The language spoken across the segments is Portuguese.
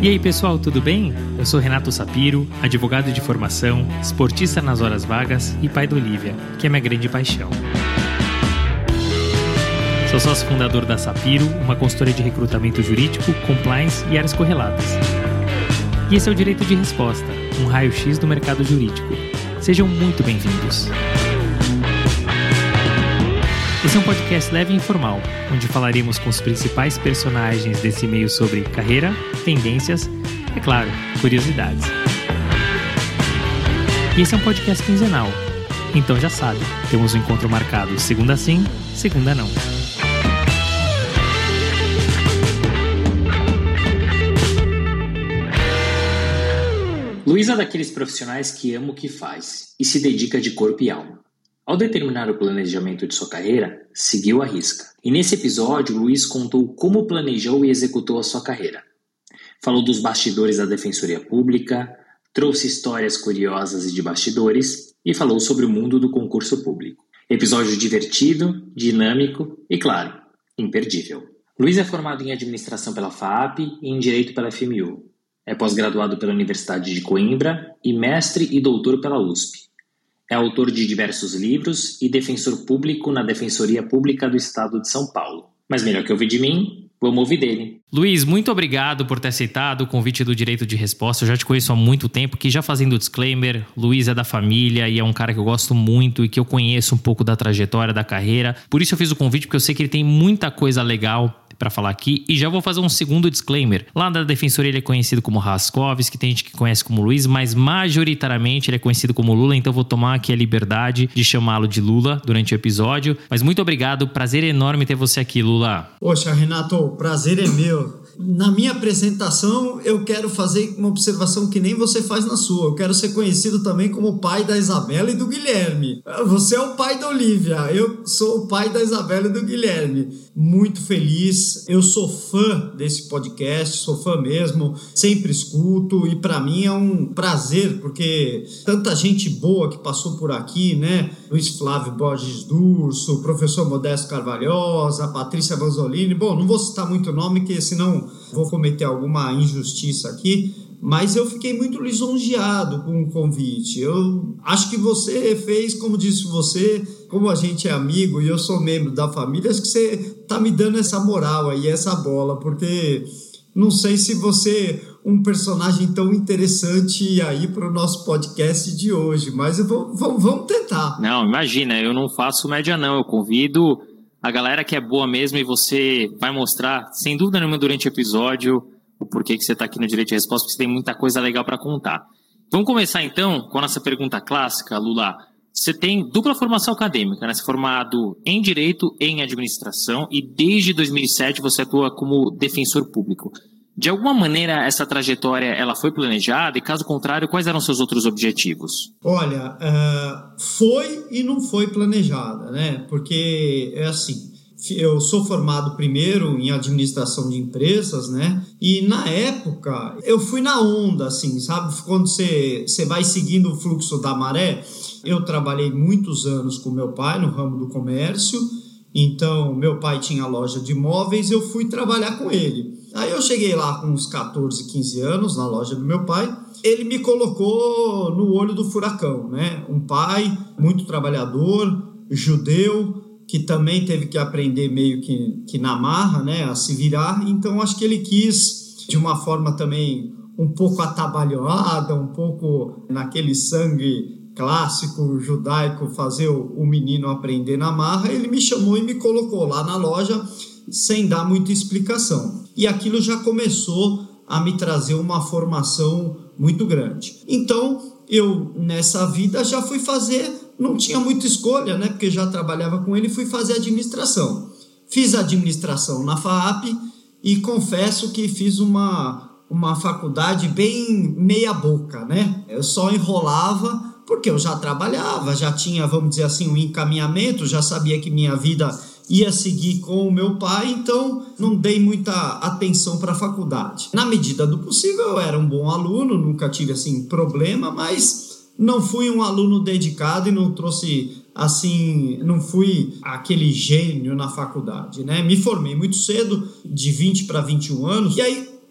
E aí pessoal, tudo bem? Eu sou Renato Sapiro, advogado de formação, esportista nas horas vagas e pai da Olivia, que é minha grande paixão. Sou sócio fundador da Sapiro, uma consultoria de recrutamento jurídico, compliance e áreas correlatas. E esse é o Direito de Resposta, um raio-x do mercado jurídico. Sejam muito bem-vindos. Esse é um podcast leve e informal, onde falaremos com os principais personagens desse meio sobre carreira, tendências e, claro, curiosidades. E esse é um podcast quinzenal, então já sabe, temos um encontro marcado segunda sim, segunda não. Luiz é daqueles profissionais que ama o que faz e se dedica de corpo e alma. Ao determinar o planejamento de sua carreira, seguiu à risca. E nesse episódio, Luiz contou como planejou e executou a sua carreira. Falou dos bastidores da Defensoria Pública, trouxe histórias curiosas e de bastidores e falou sobre o mundo do concurso público. Episódio divertido, dinâmico e, claro, imperdível. Luiz é formado em Administração pela FAAP e em Direito pela FMU. É pós-graduado pela Universidade de Coimbra e mestre e doutor pela USP. É autor de diversos livros e defensor público na Defensoria Pública do Estado de São Paulo. Mas melhor que ouvir de mim, vamos ouvir dele. Luiz, muito obrigado por ter aceitado o convite do Direito de Resposta. Eu já te conheço há muito tempo, que já fazendo o disclaimer, Luiz é da família e é um cara que eu gosto muito e que eu conheço um pouco da trajetória, da carreira. Por isso eu fiz o convite, porque eu sei que ele tem muita coisa legal para falar aqui, e já vou fazer um segundo disclaimer. Lá na Defensoria ele é conhecido como Raskovski, tem gente que conhece como Luiz, mas majoritariamente ele é conhecido como Lula, então vou tomar aqui a liberdade de chamá-lo de Lula durante o episódio. Mas muito obrigado, prazer enorme ter você aqui, Lula. Poxa, Renato, o prazer é meu. Na minha apresentação, eu quero fazer uma observação que nem você faz na sua. Eu quero ser conhecido também como o pai da Isabela e do Guilherme. Você é o pai da Olivia, eu sou o pai da Isabela e do Guilherme. Muito feliz. Eu sou fã desse podcast, sou fã mesmo, sempre escuto e para mim é um prazer, porque tanta gente boa que passou por aqui, né? Luiz Flávio Borges Durso, o professor Modesto Carvalhosa, Patrícia Vanzolini. Bom, não vou citar muito nome, porque senão vou cometer alguma injustiça aqui, mas eu fiquei muito lisonjeado com o convite. Eu acho que você fez, como disse você, como a gente é amigo e eu sou membro da família, acho que você está me dando essa moral aí, essa bola, porque não sei se você é um personagem tão interessante aí para o nosso podcast de hoje, mas vamos tentar. Não, imagina, eu não faço média não, eu convido a galera que é boa mesmo e você vai mostrar, sem dúvida nenhuma, durante o episódio, o porquê que você está aqui no Direito de Resposta, porque você tem muita coisa legal para contar. Vamos começar então com a nossa pergunta clássica, Lula. Você tem dupla formação acadêmica, né? Você é formado em Direito e em Administração e desde 2007 você atua como defensor público. De alguma maneira essa trajetória ela foi planejada e, caso contrário, quais eram seus outros objetivos? Olha, foi e não foi planejada, né? Porque é assim, eu sou formado primeiro em administração de empresas, né? E na época eu fui na onda, assim, sabe? Quando você vai seguindo o fluxo da maré. Eu trabalhei muitos anos com meu pai no ramo do comércio. Então, meu pai tinha loja de imóveis, eu fui trabalhar com ele. Aí eu cheguei lá com uns 14, 15 anos na loja do meu pai. Ele me colocou no olho do furacão, né? Um pai muito trabalhador, judeu, que também teve que aprender meio que na marra, né? A se virar. Então, acho que ele quis, de uma forma também um pouco atabalhoada, um pouco naquele sangue clássico judaico, fazer o menino aprender na marra. Ele me chamou e me colocou lá na loja sem dar muita explicação. E aquilo já começou a me trazer uma formação muito grande. Então, eu nessa vida já fui fazer, não tinha muita escolha, né? Porque já trabalhava com ele, fui fazer administração. Fiz administração na FAAP e confesso que fiz uma faculdade bem meia boca, né? Eu só enrolava porque eu já trabalhava, já tinha, vamos dizer assim, um encaminhamento, já sabia que minha vida ia seguir com o meu pai, então não dei muita atenção para a faculdade. Na medida do possível, eu era um bom aluno, nunca tive assim problema, mas não fui um aluno dedicado e não trouxe assim, não fui aquele gênio na faculdade, né? Me formei muito cedo, de 20 para 21 anos, e aí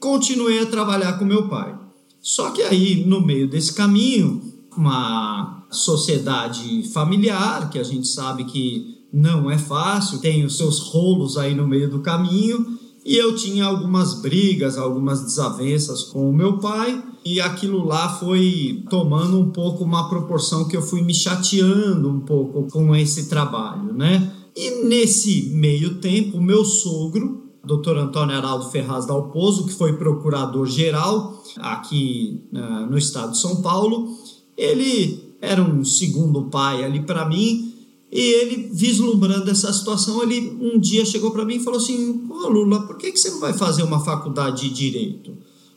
continuei a trabalhar com meu pai. Só que aí, no meio desse caminho, uma sociedade familiar, que a gente sabe que não é fácil, tem os seus rolos aí no meio do caminho, e eu tinha algumas brigas, algumas desavenças com o meu pai, e aquilo lá foi tomando um pouco uma proporção que eu fui me chateando um pouco com esse trabalho, né? E nesse meio tempo, o meu sogro, Dr. Antônio Araldo Ferraz Dalpozo, que foi procurador-geral aqui no estado de São Paulo, ele era um segundo pai ali para mim, e ele, vislumbrando essa situação, ele um dia chegou para mim e falou assim: pô, Lula, por que você não vai fazer uma faculdade de Direito?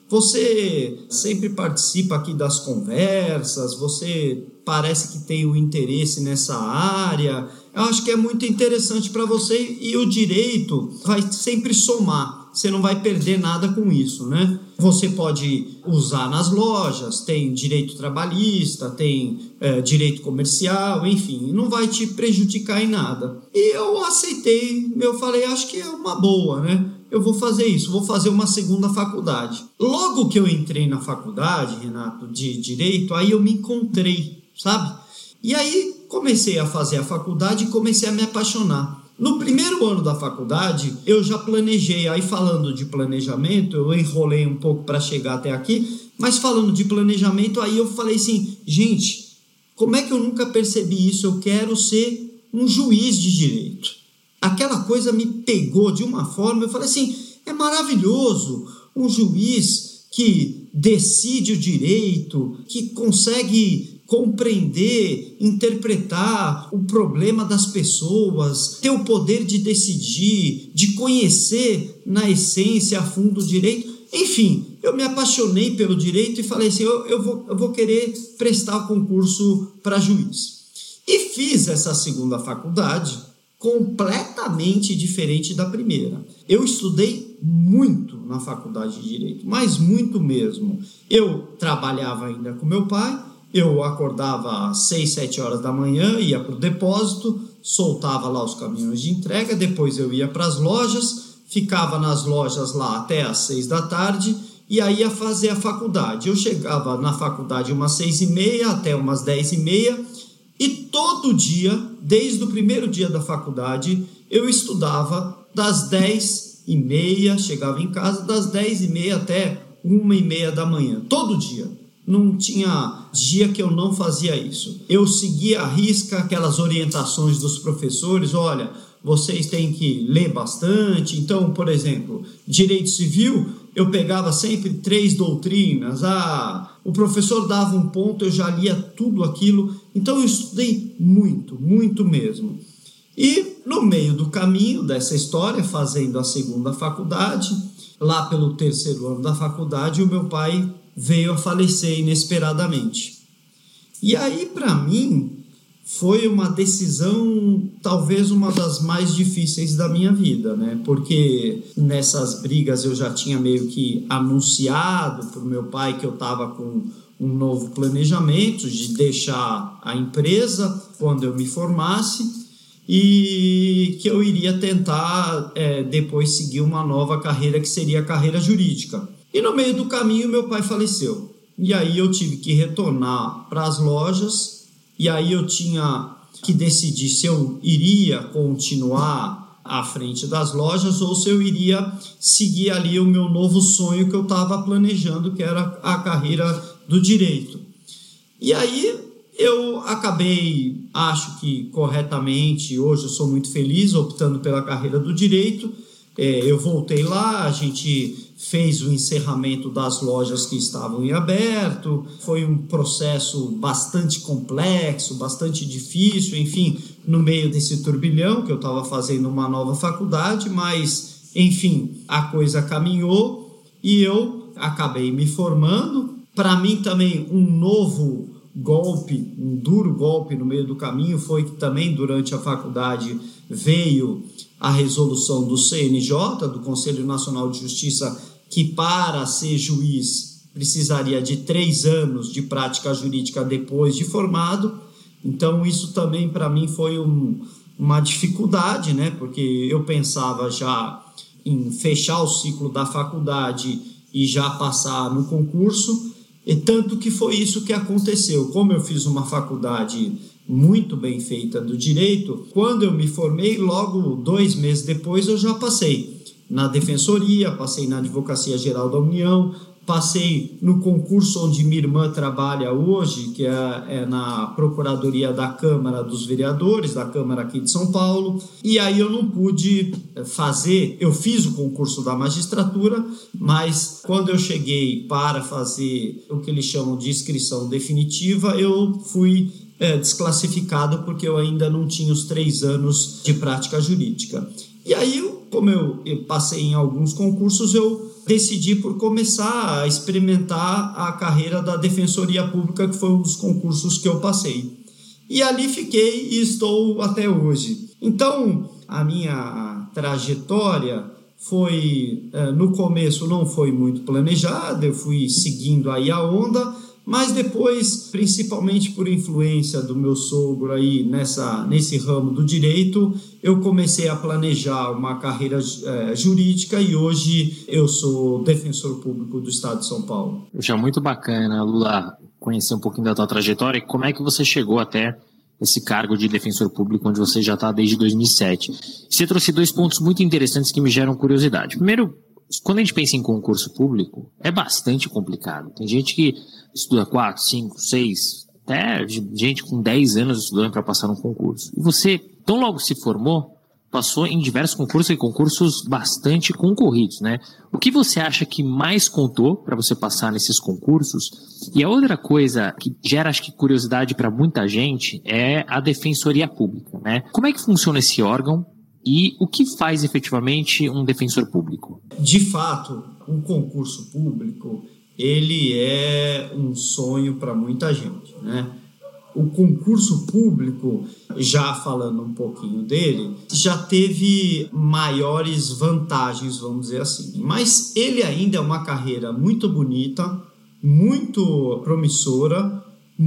Você sempre participa aqui das conversas, você parece que tem um interesse nessa área, eu acho que é muito interessante para você, e o direito vai sempre somar, você não vai perder nada com isso, né? Você pode usar nas lojas, tem direito trabalhista, tem direito comercial, enfim, não vai te prejudicar em nada. E eu aceitei, eu falei, acho que é uma boa, né? Eu vou fazer isso, vou fazer uma segunda faculdade. Logo que eu entrei na faculdade, Renato, de Direito, aí eu me encontrei, sabe? E aí comecei a fazer a faculdade e comecei a me apaixonar. No primeiro ano da faculdade, eu já planejei, aí falando de planejamento, eu enrolei um pouco para chegar até aqui, mas falando de planejamento, aí eu falei assim, gente, como é que eu nunca percebi isso? Eu quero ser um juiz de direito. Aquela coisa me pegou de uma forma, eu falei assim, é maravilhoso um juiz que decide o direito, que consegue compreender, interpretar o problema das pessoas, ter o poder de decidir, de conhecer na essência a fundo o direito. Enfim, eu me apaixonei pelo direito e falei assim, eu vou querer prestar o concurso para juiz. E fiz essa segunda faculdade completamente diferente da primeira. Eu estudei muito na faculdade de Direito, mas muito mesmo. Eu trabalhava ainda com meu pai, eu acordava às 6, 7 horas da manhã, ia para o depósito, soltava lá os caminhões de entrega, depois eu ia para as lojas, ficava nas lojas lá até às 6 da tarde e aí ia fazer a faculdade. Eu chegava na faculdade umas 6h30 até umas 10h30 e todo dia, desde o primeiro dia da faculdade, eu estudava das 10h30, chegava em casa das 10h30 até 1h30 da manhã, todo dia. Não tinha dia que eu não fazia isso. Eu seguia à risca aquelas orientações dos professores, olha, vocês têm que ler bastante. Então, por exemplo, direito civil, eu pegava sempre 3 doutrinas. O professor dava um ponto, eu já lia tudo aquilo. Então, eu estudei muito, muito mesmo. E no meio do caminho dessa história, fazendo a segunda faculdade, lá pelo 3º ano da faculdade, o meu pai veio a falecer inesperadamente. E aí, para mim, foi uma decisão, talvez uma das mais difíceis da minha vida, né? Porque nessas brigas eu já tinha meio que anunciado para o meu pai que eu estava com um novo planejamento de deixar a empresa quando eu me formasse e que eu iria tentar depois seguir uma nova carreira que seria a carreira jurídica. E no meio do caminho meu pai faleceu. E aí eu tive que retornar para as lojas. E aí eu tinha que decidir se eu iria continuar à frente das lojas ou se eu iria seguir ali o meu novo sonho que eu estava planejando, que era a carreira do direito. E aí eu acabei, acho que corretamente, hoje eu sou muito feliz optando pela carreira do direito. Eu voltei lá, a gente fez o encerramento das lojas que estavam em aberto, foi um processo bastante complexo, bastante difícil, enfim, no meio desse turbilhão que eu estava fazendo uma nova faculdade, mas, enfim, a coisa caminhou e eu acabei me formando. Para mim também um novo golpe, um duro golpe no meio do caminho foi que também durante a faculdade veio a resolução do CNJ, do Conselho Nacional de Justiça, que para ser juiz precisaria de 3 anos de prática jurídica depois de formado. Então isso também para mim foi uma dificuldade, né? Porque eu pensava já em fechar o ciclo da faculdade e já passar no concurso, e tanto que foi isso que aconteceu. Como eu fiz uma faculdade muito bem feita do direito, quando eu me formei, logo 2 meses depois eu já passei na Defensoria, passei na Advocacia Geral da União, passei no concurso onde minha irmã trabalha hoje, que é na Procuradoria da Câmara dos Vereadores, da Câmara aqui de São Paulo, e aí eu não pude fazer, eu fiz o concurso da magistratura, mas quando eu cheguei para fazer o que eles chamam de inscrição definitiva, eu fui desclassificado porque eu ainda não tinha os 3 anos de prática jurídica. E aí, como eu passei em alguns concursos, eu decidi por começar a experimentar a carreira da Defensoria Pública, que foi um dos concursos que eu passei. E ali fiquei e estou até hoje. Então, a minha trajetória foi, no começo não foi muito planejada, eu fui seguindo aí a onda, mas depois, principalmente por influência do meu sogro aí nesse ramo do direito, eu comecei a planejar uma carreira jurídica e hoje eu sou defensor público do Estado de São Paulo. Já muito bacana, Lula, conhecer um pouquinho da tua trajetória e como é que você chegou até esse cargo de defensor público, onde você já está desde 2007. Você trouxe 2 pontos muito interessantes que me geram curiosidade. Primeiro, quando a gente pensa em concurso público, é bastante complicado. Tem gente que estuda 4, 5, 6, até gente com 10 anos estudando para passar num concurso. E você, tão logo se formou, passou em diversos concursos e concursos bastante concorridos, né? O que você acha que mais contou para você passar nesses concursos? E a outra coisa que gera, acho que, curiosidade para muita gente é a Defensoria Pública, né? Como é que funciona esse órgão? E o que faz efetivamente um defensor público? De fato, um concurso público, ele é um sonho para muita gente, né? O concurso público, já falando um pouquinho dele, já teve maiores vantagens, vamos dizer assim. Mas ele ainda é uma carreira muito bonita, muito promissora,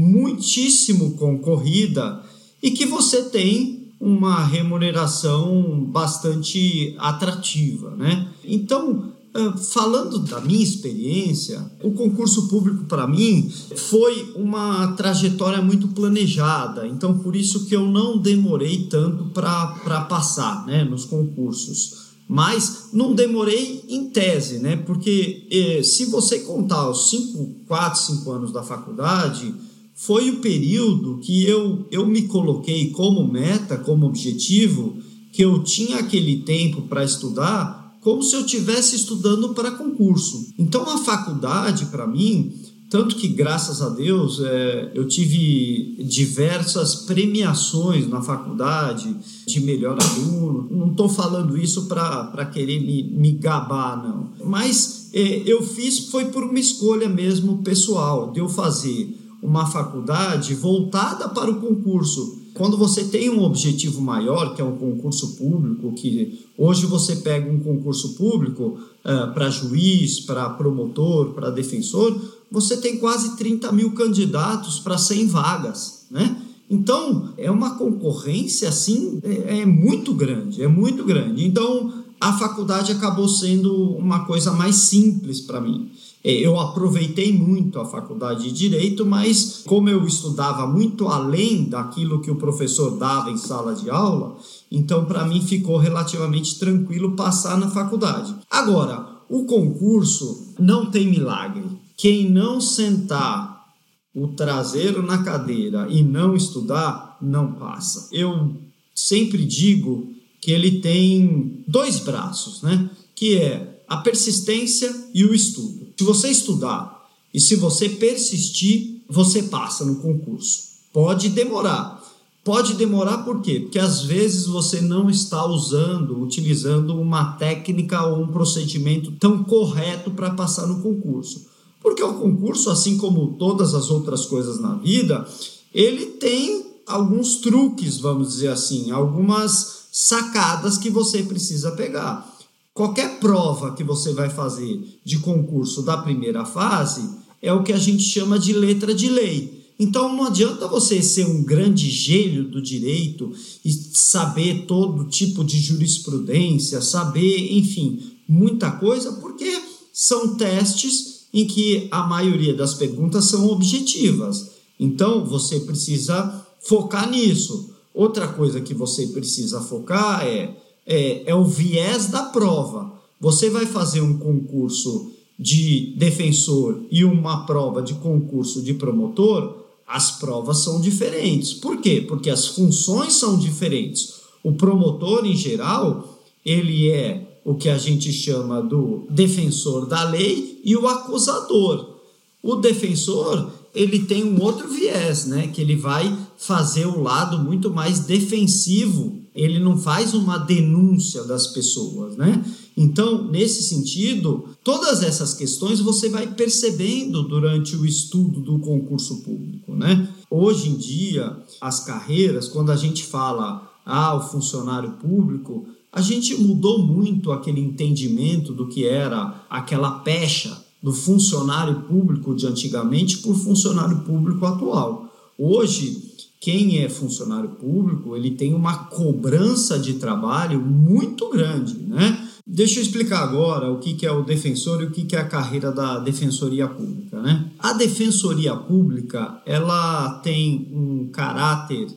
muitíssimo concorrida e que você tem uma remuneração bastante atrativa, né? Então, falando da minha experiência, o concurso público para mim foi uma trajetória muito planejada, então por isso que eu não demorei tanto para passar, né, nos concursos. Mas não demorei em tese, né? Porque se você contar os 4, 5 anos da faculdade, foi o período que eu me coloquei como meta, como objetivo, que eu tinha aquele tempo para estudar como se eu estivesse estudando para concurso. Então, a faculdade, para mim, tanto que, graças a Deus, eu tive diversas premiações na faculdade de melhor aluno. Não estou falando isso para querer me gabar, não. Mas eu fiz, foi por uma escolha mesmo pessoal, de eu fazer uma faculdade voltada para o concurso. Quando você tem um objetivo maior, que é um concurso público, que hoje você pega um concurso público para juiz, para promotor, para defensor, você tem quase 30 mil candidatos para 100 vagas, né? Então, é uma concorrência, assim, é muito grande, é muito grande. Então, a faculdade acabou sendo uma coisa mais simples para mim. Eu aproveitei muito a faculdade de Direito, mas como eu estudava muito além daquilo que o professor dava em sala de aula, então para mim ficou relativamente tranquilo passar na faculdade. Agora, o concurso não tem milagre. Quem não sentar o traseiro na cadeira e não estudar, não passa. Eu sempre digo que ele tem 2 braços, né? Que é a persistência e o estudo. Se você estudar e se você persistir, você passa no concurso. Pode demorar. Pode demorar por quê? Porque às vezes você não está utilizando uma técnica ou um procedimento tão correto para passar no concurso. Porque o concurso, assim como todas as outras coisas na vida, ele tem alguns truques, vamos dizer assim, algumas sacadas que você precisa pegar. Qualquer prova que você vai fazer de concurso da primeira fase é o que a gente chama de letra de lei. Então não adianta você ser um grande gênio do direito e saber todo tipo de jurisprudência, saber, enfim, muita coisa, porque são testes em que a maioria das perguntas são objetivas. Então, você precisa focar nisso. Outra coisa que você precisa focar é o viés da prova. Você vai fazer um concurso de defensor e uma prova de concurso de promotor, as provas são diferentes. Por quê? Porque as funções são diferentes. O promotor, em geral, ele é o que a gente chama do defensor da lei e o acusador. O defensor, ele tem um outro viés, né? Que ele vai fazer o lado muito mais defensivo. Ele não faz uma denúncia das pessoas, né? Então, nesse sentido, todas essas questões você vai percebendo durante o estudo do concurso público, né? Hoje em dia, as carreiras, quando a gente fala o funcionário público, a gente mudou muito aquele entendimento do que era aquela pecha do funcionário público de antigamente por funcionário público atual. Hoje, quem é funcionário público, ele tem uma cobrança de trabalho muito grande, né? Deixa eu explicar agora o que é o defensor e o que é a carreira da Defensoria Pública, né? A Defensoria Pública, ela tem um caráter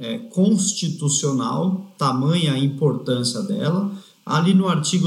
constitucional, tamanha a importância dela. Ali no artigo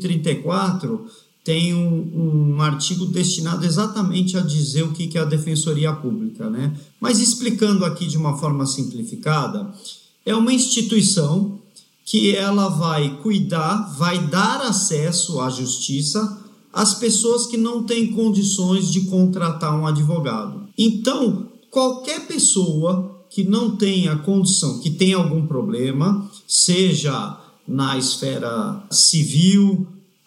134 tem um artigo destinado exatamente a dizer o que é a Defensoria Pública, né? Mas explicando aqui de uma forma simplificada, é uma instituição que ela vai cuidar, vai dar acesso à justiça às pessoas que não têm condições de contratar um advogado. Então, qualquer pessoa que não tenha condição, que tenha algum problema, seja na esfera civil,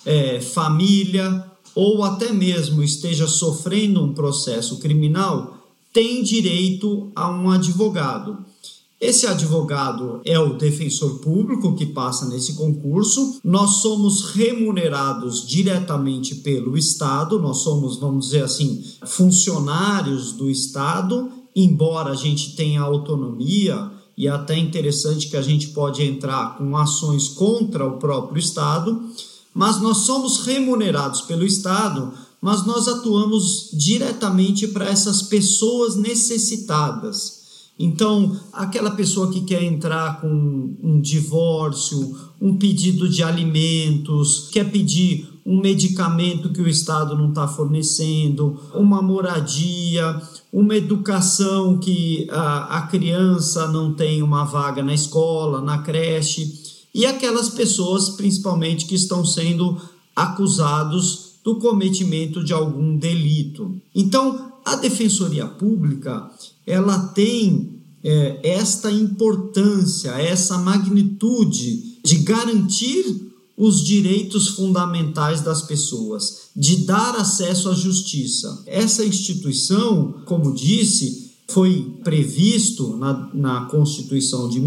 família, ou até mesmo esteja sofrendo um processo criminal, tem direito a um advogado. Esse advogado é o defensor público que passa nesse concurso. Nós somos remunerados diretamente pelo Estado, nós somos, vamos dizer assim, funcionários do Estado, embora a gente tenha autonomia, e é até interessante que a gente pode entrar com ações contra o próprio Estado, mas nós somos remunerados pelo Estado, mas nós atuamos diretamente para essas pessoas necessitadas. Então, aquela pessoa que quer entrar com um divórcio, um pedido de alimentos, quer pedir um medicamento que o Estado não está fornecendo, uma moradia, uma educação que a criança não tem uma vaga na escola, na creche, e aquelas pessoas, principalmente, que estão sendo acusados do cometimento de algum delito. Então, a Defensoria Pública, ela tem esta importância, essa magnitude de garantir os direitos fundamentais das pessoas, de dar acesso à justiça. Essa instituição, como disse, foi previsto na Constituição de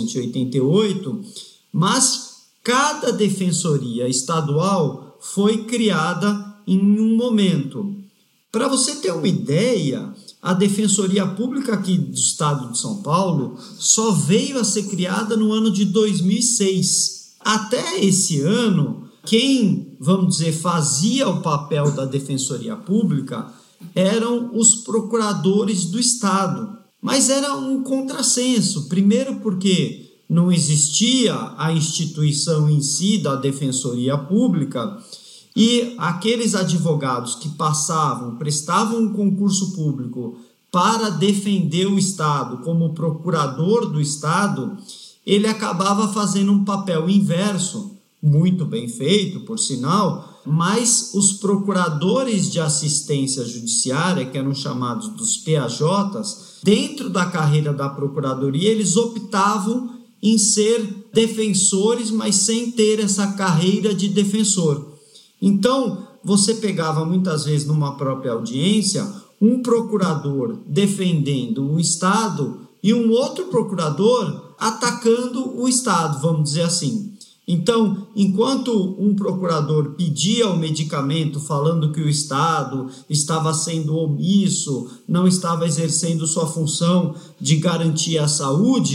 1988, mas cada defensoria estadual foi criada em um momento. Para você ter uma ideia, a Defensoria Pública aqui do Estado de São Paulo só veio a ser criada no ano de 2006. Até esse ano, quem, vamos dizer, fazia o papel da Defensoria Pública eram os procuradores do Estado. Mas era um contrassenso, primeiro porque não existia a instituição em si da Defensoria Pública, e aqueles advogados que prestavam um concurso público para defender o Estado como procurador do Estado, ele acabava fazendo um papel inverso, muito bem feito, por sinal, mas os procuradores de assistência judiciária, que eram chamados dos PAJs, dentro da carreira da procuradoria, eles optavam em ser defensores, mas sem ter essa carreira de defensor. Então, você pegava muitas vezes numa própria audiência um procurador defendendo o Estado e um outro procurador atacando o Estado, vamos dizer assim. Então, enquanto um procurador pedia o medicamento falando que o Estado estava sendo omisso, não estava exercendo sua função de garantir a saúde,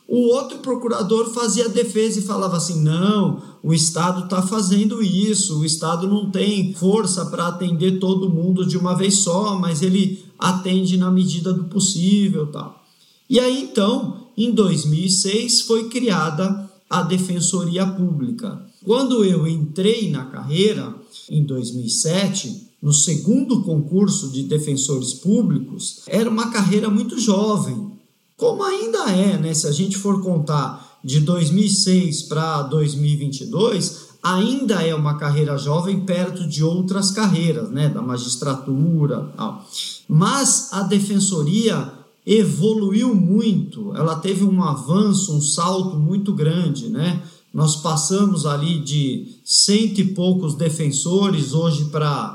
o outro procurador fazia defesa e falava assim, não, o Estado está fazendo isso, o Estado não tem força para atender todo mundo de uma vez só, mas ele atende na medida do possível, tal. E aí, então, em 2006, foi criada a Defensoria Pública. Quando eu entrei na carreira, em 2007, no segundo concurso de defensores públicos, era uma carreira muito jovem, como ainda é, né? Se a gente for contar de 2006 para 2022, ainda é uma carreira jovem perto de outras carreiras, né? Da magistratura, tal. Mas a defensoria evoluiu muito, ela teve um avanço, um salto muito grande, né? Nós passamos ali de 100 e poucos defensores hoje para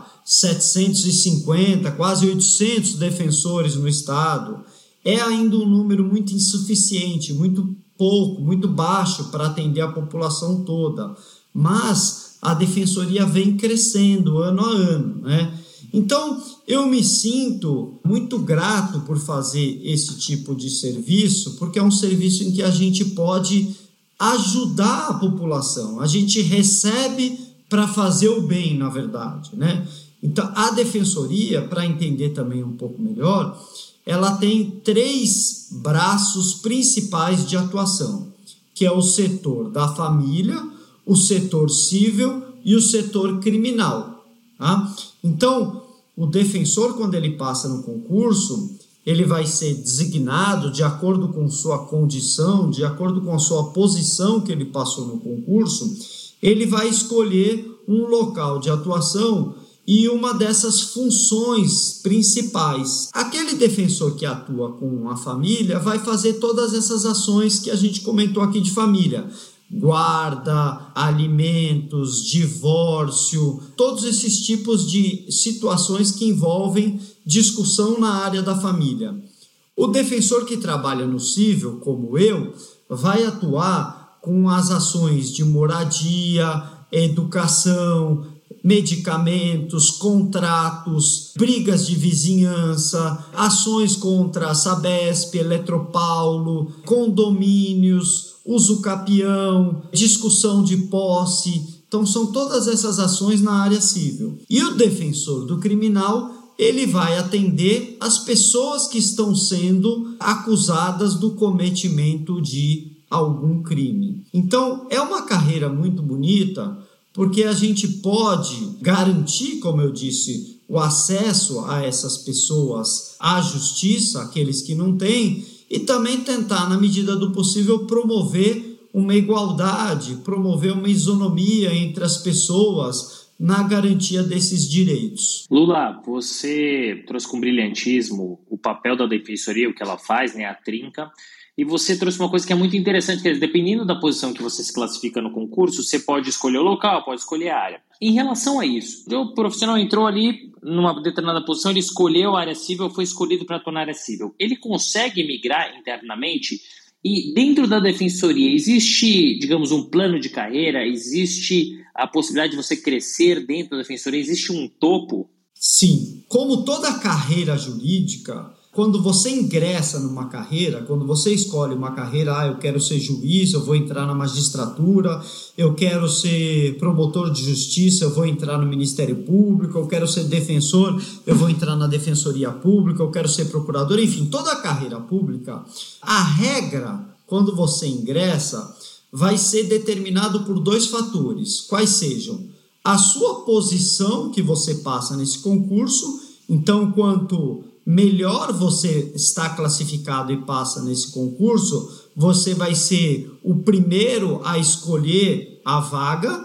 750, quase 800 defensores no estado. É ainda um número muito insuficiente, muito pouco, muito baixo para atender a população toda. Mas a defensoria vem crescendo ano a ano, né? Então, eu me sinto muito grato por fazer esse tipo de serviço, porque é um serviço em que a gente pode ajudar a população. A gente recebe para fazer o bem, na verdade, né? Então, a defensoria, para entender também um pouco melhor, ela tem 3 braços principais de atuação, que é o setor da família, o setor civil e o setor criminal. Tá? Então, o defensor, quando ele passa no concurso, ele vai ser designado de acordo com sua condição, de acordo com a sua posição que ele passou no concurso, ele vai escolher um local de atuação e uma dessas funções principais. Aquele defensor que atua com a família vai fazer todas essas ações que a gente comentou aqui de família. Guarda, alimentos, divórcio, todos esses tipos de situações que envolvem discussão na área da família. O defensor que trabalha no civil, como eu, vai atuar com as ações de moradia, educação, medicamentos, contratos, brigas de vizinhança, ações contra a Sabesp, Eletropaulo, condomínios, uso capião, discussão de posse. Então, são todas essas ações na área civil. E o defensor do criminal, ele vai atender as pessoas que estão sendo acusadas do cometimento de algum crime. Então, é uma carreira muito bonita, porque a gente pode garantir, como eu disse, o acesso a essas pessoas à justiça, aqueles que não têm, e também tentar, na medida do possível, promover uma igualdade, promover uma isonomia entre as pessoas na garantia desses direitos. Lula, você trouxe com brilhantismo o papel da defensoria, o que ela faz, né, a trinca, e você trouxe uma coisa que é muito interessante, que é, dependendo da posição que você se classifica no concurso, você pode escolher o local, pode escolher a área. Em relação a isso, o profissional entrou ali numa determinada posição, ele escolheu a área civil, foi escolhido para atuar na área civil. Ele consegue migrar internamente? E dentro da defensoria, existe, digamos, um plano de carreira? Existe a possibilidade de você crescer dentro da defensoria? Existe um topo? Sim. Como toda carreira jurídica, quando você ingressa numa carreira, quando você escolhe uma carreira, eu quero ser juiz, eu vou entrar na magistratura, eu quero ser promotor de justiça, eu vou entrar no Ministério Público, eu quero ser defensor, eu vou entrar na Defensoria Pública, eu quero ser procurador, enfim, toda a carreira pública, a regra, quando você ingressa, vai ser determinado por 2 fatores, quais sejam a sua posição que você passa nesse concurso, então quanto melhor você está classificado e passa nesse concurso, você vai ser o primeiro a escolher a vaga,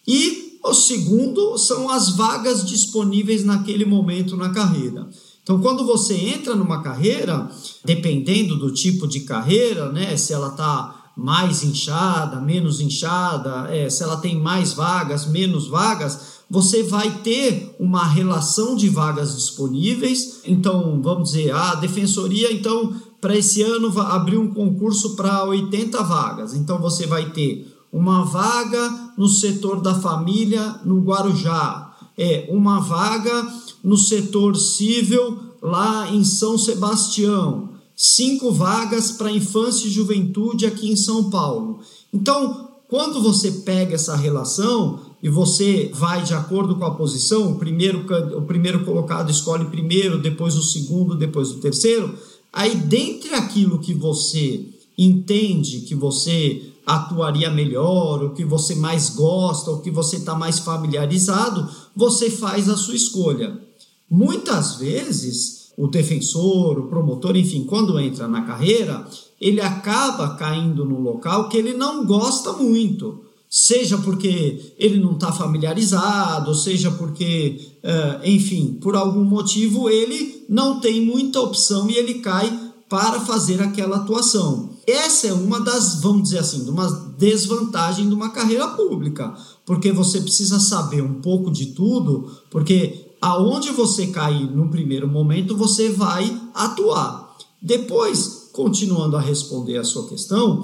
e o segundo são as vagas disponíveis naquele momento na carreira. Então, quando você entra numa carreira, dependendo do tipo de carreira, né, se ela está mais inchada, menos inchada, se ela tem mais vagas, menos vagas, você vai ter uma relação de vagas disponíveis. Então, vamos dizer, a defensoria, então, para esse ano, abriu um concurso para 80 vagas. Então, você vai ter uma vaga no setor da família no Guarujá, uma vaga no setor civil lá em São Sebastião. 5 vagas para infância e juventude aqui em São Paulo. Então, quando você pega essa relação e você vai de acordo com a posição, o primeiro colocado escolhe primeiro, depois o segundo, depois o terceiro, aí dentre aquilo que você entende que você atuaria melhor, o que você mais gosta, o que você está mais familiarizado, você faz a sua escolha. Muitas vezes, o defensor, o promotor, enfim, quando entra na carreira, ele acaba caindo num local que ele não gosta muito, seja porque ele não está familiarizado, seja porque, enfim, por algum motivo ele não tem muita opção e ele cai para fazer aquela atuação. Essa é uma das, vamos dizer assim, uma desvantagem de uma carreira pública, porque você precisa saber um pouco de tudo, porque aonde você cair no primeiro momento, você vai atuar. Depois, continuando a responder a sua questão,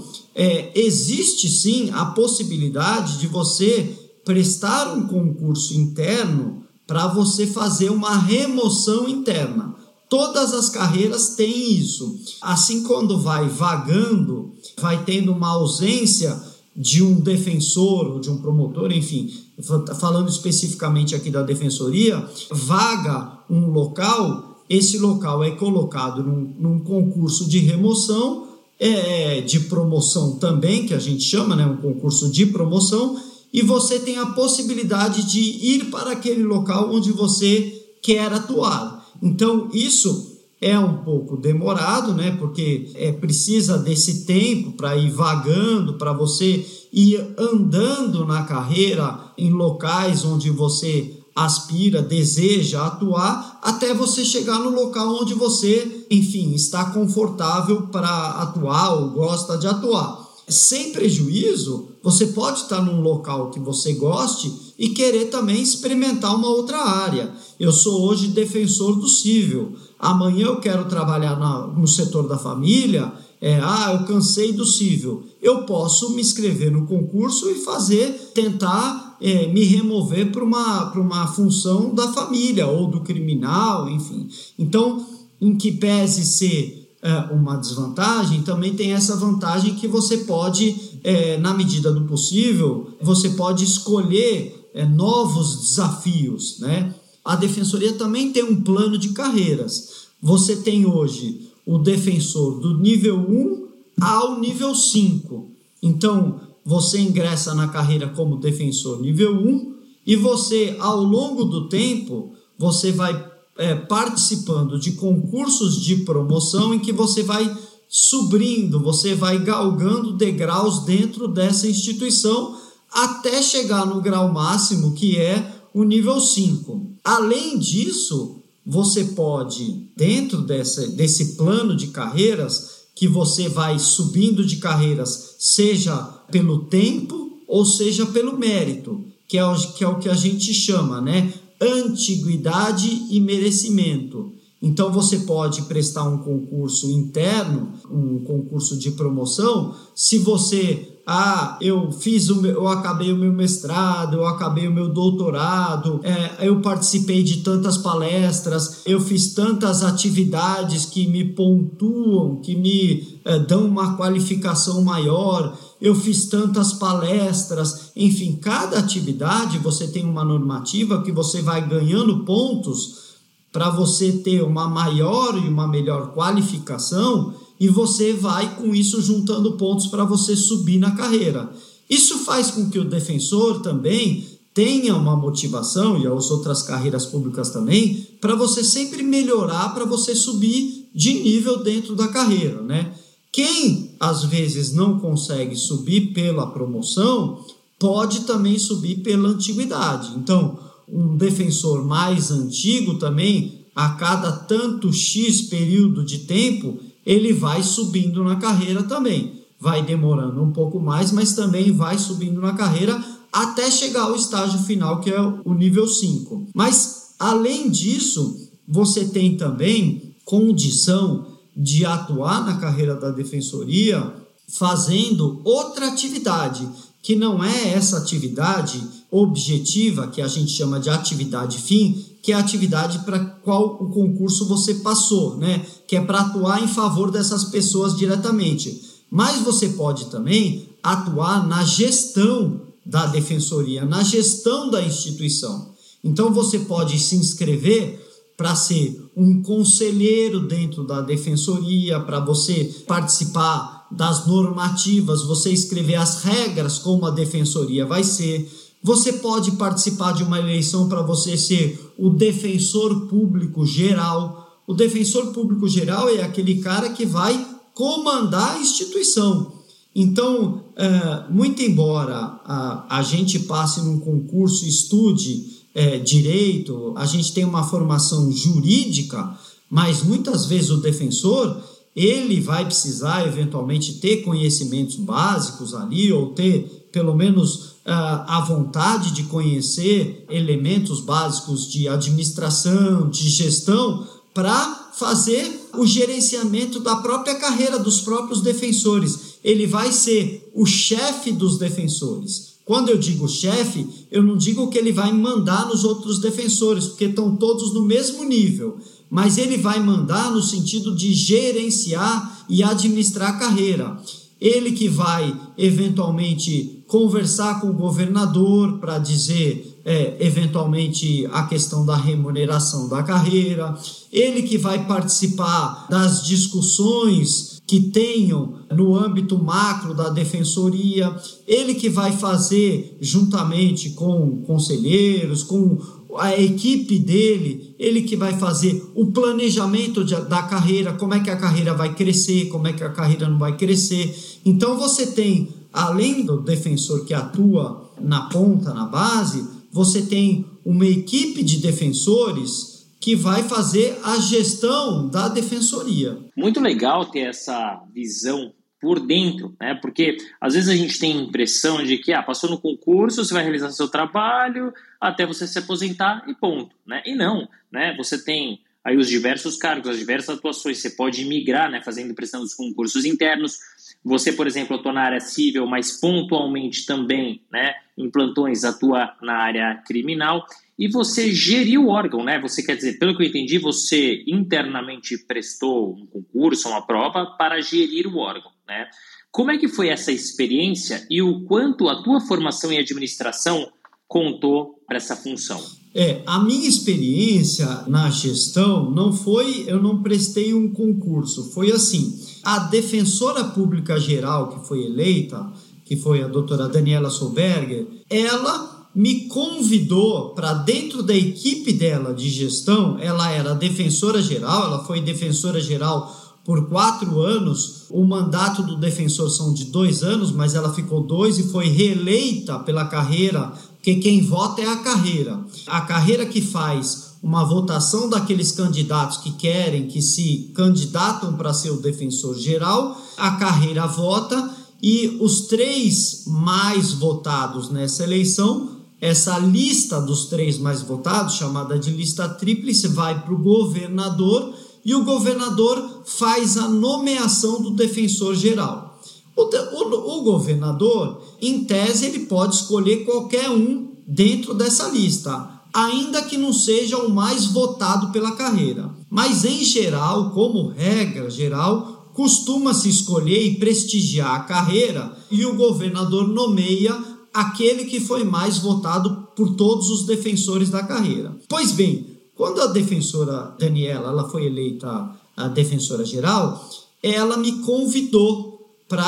existe sim a possibilidade de você prestar um concurso interno para você fazer uma remoção interna. Todas as carreiras têm isso. Assim, quando vai vagando, vai tendo uma ausência de um defensor ou de um promotor, enfim, falando especificamente aqui da defensoria, vaga um local. Esse local é colocado num concurso de remoção, de promoção também, que a gente chama, né, um concurso de promoção, e você tem a possibilidade de ir para aquele local onde você quer atuar. Então, isso é um pouco demorado, né, porque precisa desse tempo para ir vagando, para você ir andando na carreira em locais onde você aspira, deseja atuar, até você chegar no local onde você, enfim, está confortável para atuar ou gosta de atuar. Sem prejuízo, você pode estar num local que você goste e querer também experimentar uma outra área. Eu sou hoje defensor do civil, amanhã eu quero trabalhar no setor da família, eu cansei do civil. Eu posso me inscrever no concurso e tentar me remover para uma função da família ou do criminal, enfim. Então, em que pese ser uma desvantagem, também tem essa vantagem que você pode, na medida do possível, você pode escolher novos desafios, né? A defensoria também tem um plano de carreiras. Você tem hoje o defensor do nível 1 ao nível 5. Então, você ingressa na carreira como defensor nível 1 e você, ao longo do tempo, você vai participando de concursos de promoção em que você vai subindo, você vai galgando degraus dentro dessa instituição até chegar no grau máximo, que é o nível 5. Além disso, você pode, dentro desse plano de carreiras, que você vai subindo de carreiras, seja pelo tempo ou seja pelo mérito, que é o que a gente chama, né? Antiguidade e merecimento. Então você pode prestar um concurso interno, um concurso de promoção, se você eu acabei o meu mestrado, eu acabei o meu doutorado, eu participei de tantas palestras, eu fiz tantas atividades que me pontuam, que me dão uma qualificação maior, eu fiz tantas palestras, enfim, cada atividade você tem uma normativa que você vai ganhando pontos para você ter uma maior e uma melhor qualificação e você vai com isso juntando pontos para você subir na carreira. Isso faz com que o defensor também tenha uma motivação, e as outras carreiras públicas também, para você sempre melhorar, para você subir de nível dentro da carreira, né? Quem às vezes não consegue subir pela promoção, pode também subir pela antiguidade. Então, um defensor mais antigo também, a cada tanto X período de tempo, ele vai subindo na carreira também. Vai demorando um pouco mais, mas também vai subindo na carreira até chegar ao estágio final, que é o nível 5. Mas, além disso, você tem também condição de atuar na carreira da defensoria fazendo outra atividade, que não é essa atividade objetiva, que a gente chama de atividade fim, que é a atividade para qual o concurso você passou, né? Que é para atuar em favor dessas pessoas diretamente. Mas você pode também atuar na gestão da defensoria, na gestão da instituição. Então você pode se inscrever para ser um conselheiro dentro da defensoria, para você participar das normativas, você escrever as regras como a defensoria vai ser. Você pode participar de uma eleição para você ser o defensor público geral. O defensor público geral é aquele cara que vai comandar a instituição. Então, muito embora a gente passe num concurso, estude direito, a gente tem uma formação jurídica, mas muitas vezes o defensor, ele vai precisar eventualmente ter conhecimentos básicos ali, ou ter pelo menos a vontade de conhecer elementos básicos de administração, de gestão, para fazer o gerenciamento da própria carreira dos próprios defensores. Ele vai ser o chefe dos defensores. Quando eu digo chefe, eu não digo que ele vai mandar nos outros defensores, porque estão todos no mesmo nível, mas ele vai mandar no sentido de gerenciar e administrar a carreira. Ele que vai, eventualmente, conversar com o governador para dizer, eventualmente, a questão da remuneração da carreira. Ele que vai participar das discussões que tenham no âmbito macro da defensoria. Ele que vai fazer, juntamente com conselheiros, com a equipe dele, ele que vai fazer o planejamento da carreira, como é que a carreira vai crescer, como é que a carreira não vai crescer. Então você tem, além do defensor que atua na ponta, na base, você tem uma equipe de defensores que vai fazer a gestão da defensoria. Muito legal ter essa visão por dentro, né? Porque às vezes a gente tem a impressão de que passou no concurso, você vai realizar seu trabalho até você se aposentar e ponto, né? E não, né? Você tem aí os diversos cargos, as diversas atuações, você pode migrar, né? Fazendo pressão dos concursos internos. Você, por exemplo, atua na área civil, mas pontualmente também, né? Em plantões atua na área criminal. E você geriu o órgão, né? Você, quer dizer, pelo que eu entendi, você internamente prestou um concurso, uma prova para gerir o órgão, né? Como é que foi essa experiência e o quanto a tua formação em administração contou para essa função? A minha experiência na gestão não foi, eu não prestei um concurso, foi assim, a defensora pública geral que foi eleita, que foi a doutora Daniela Solberger, ela me convidou para dentro da equipe dela de gestão. Ela era defensora geral, ela foi defensora geral por 4 anos, o mandato do defensor são de 2 anos, mas ela ficou 2 e foi reeleita pela carreira, porque quem vota é a carreira que faz uma votação daqueles candidatos que querem, que se candidatam para ser o defensor geral, a carreira vota e os 3 mais votados nessa eleição, essa lista dos 3 mais votados, chamada de lista tríplice, vai para o governador e o governador faz a nomeação do defensor geral. O governador, em tese, ele pode escolher qualquer um dentro dessa lista, ainda que não seja o mais votado pela carreira. Mas, em geral, como regra geral, costuma-se escolher e prestigiar a carreira e o governador nomeia aquele que foi mais votado por todos os defensores da carreira. Pois bem, quando a defensora Daniela ela foi eleita a defensora geral, ela me convidou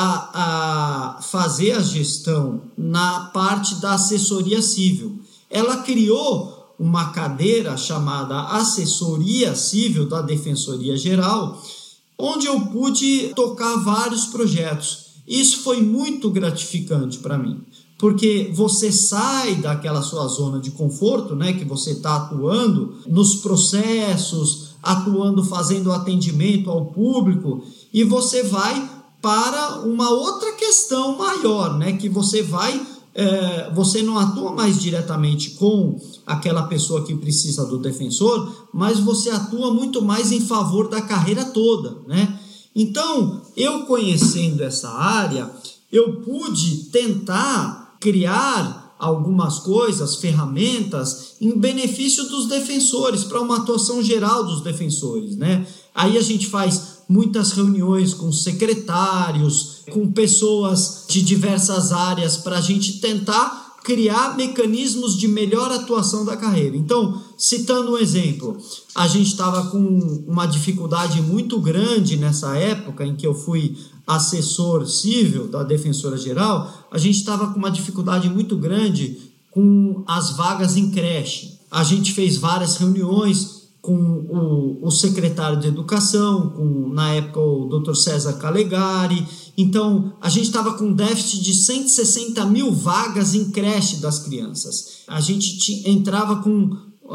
para fazer a gestão na parte da assessoria civil. Ela criou uma cadeira chamada Assessoria Civil da Defensoria Geral, onde eu pude tocar vários projetos. Isso foi muito gratificante para mim, porque você sai daquela sua zona de conforto, né, que você está atuando nos processos, atuando, fazendo atendimento ao público, e você vai para uma outra questão maior, né, que você vai, você não atua mais diretamente com aquela pessoa que precisa do defensor, mas você atua muito mais em favor da carreira toda, né? Então, eu conhecendo essa área, eu pude tentar criar algumas coisas, ferramentas, em benefício dos defensores, para uma atuação geral dos defensores, né? Aí a gente faz muitas reuniões com secretários, com pessoas de diversas áreas, para a gente tentar criar mecanismos de melhor atuação da carreira. Então, citando um exemplo, a gente estava com uma dificuldade muito grande nessa época em que eu fui assessor civil da Defensora Geral, a gente estava com uma dificuldade muito grande com as vagas em creche. A gente fez várias reuniões com o secretário de Educação, com, na época, o Dr. César Calegari. Então, a gente estava com um déficit de 160 mil vagas em creche das crianças. A gente entrava com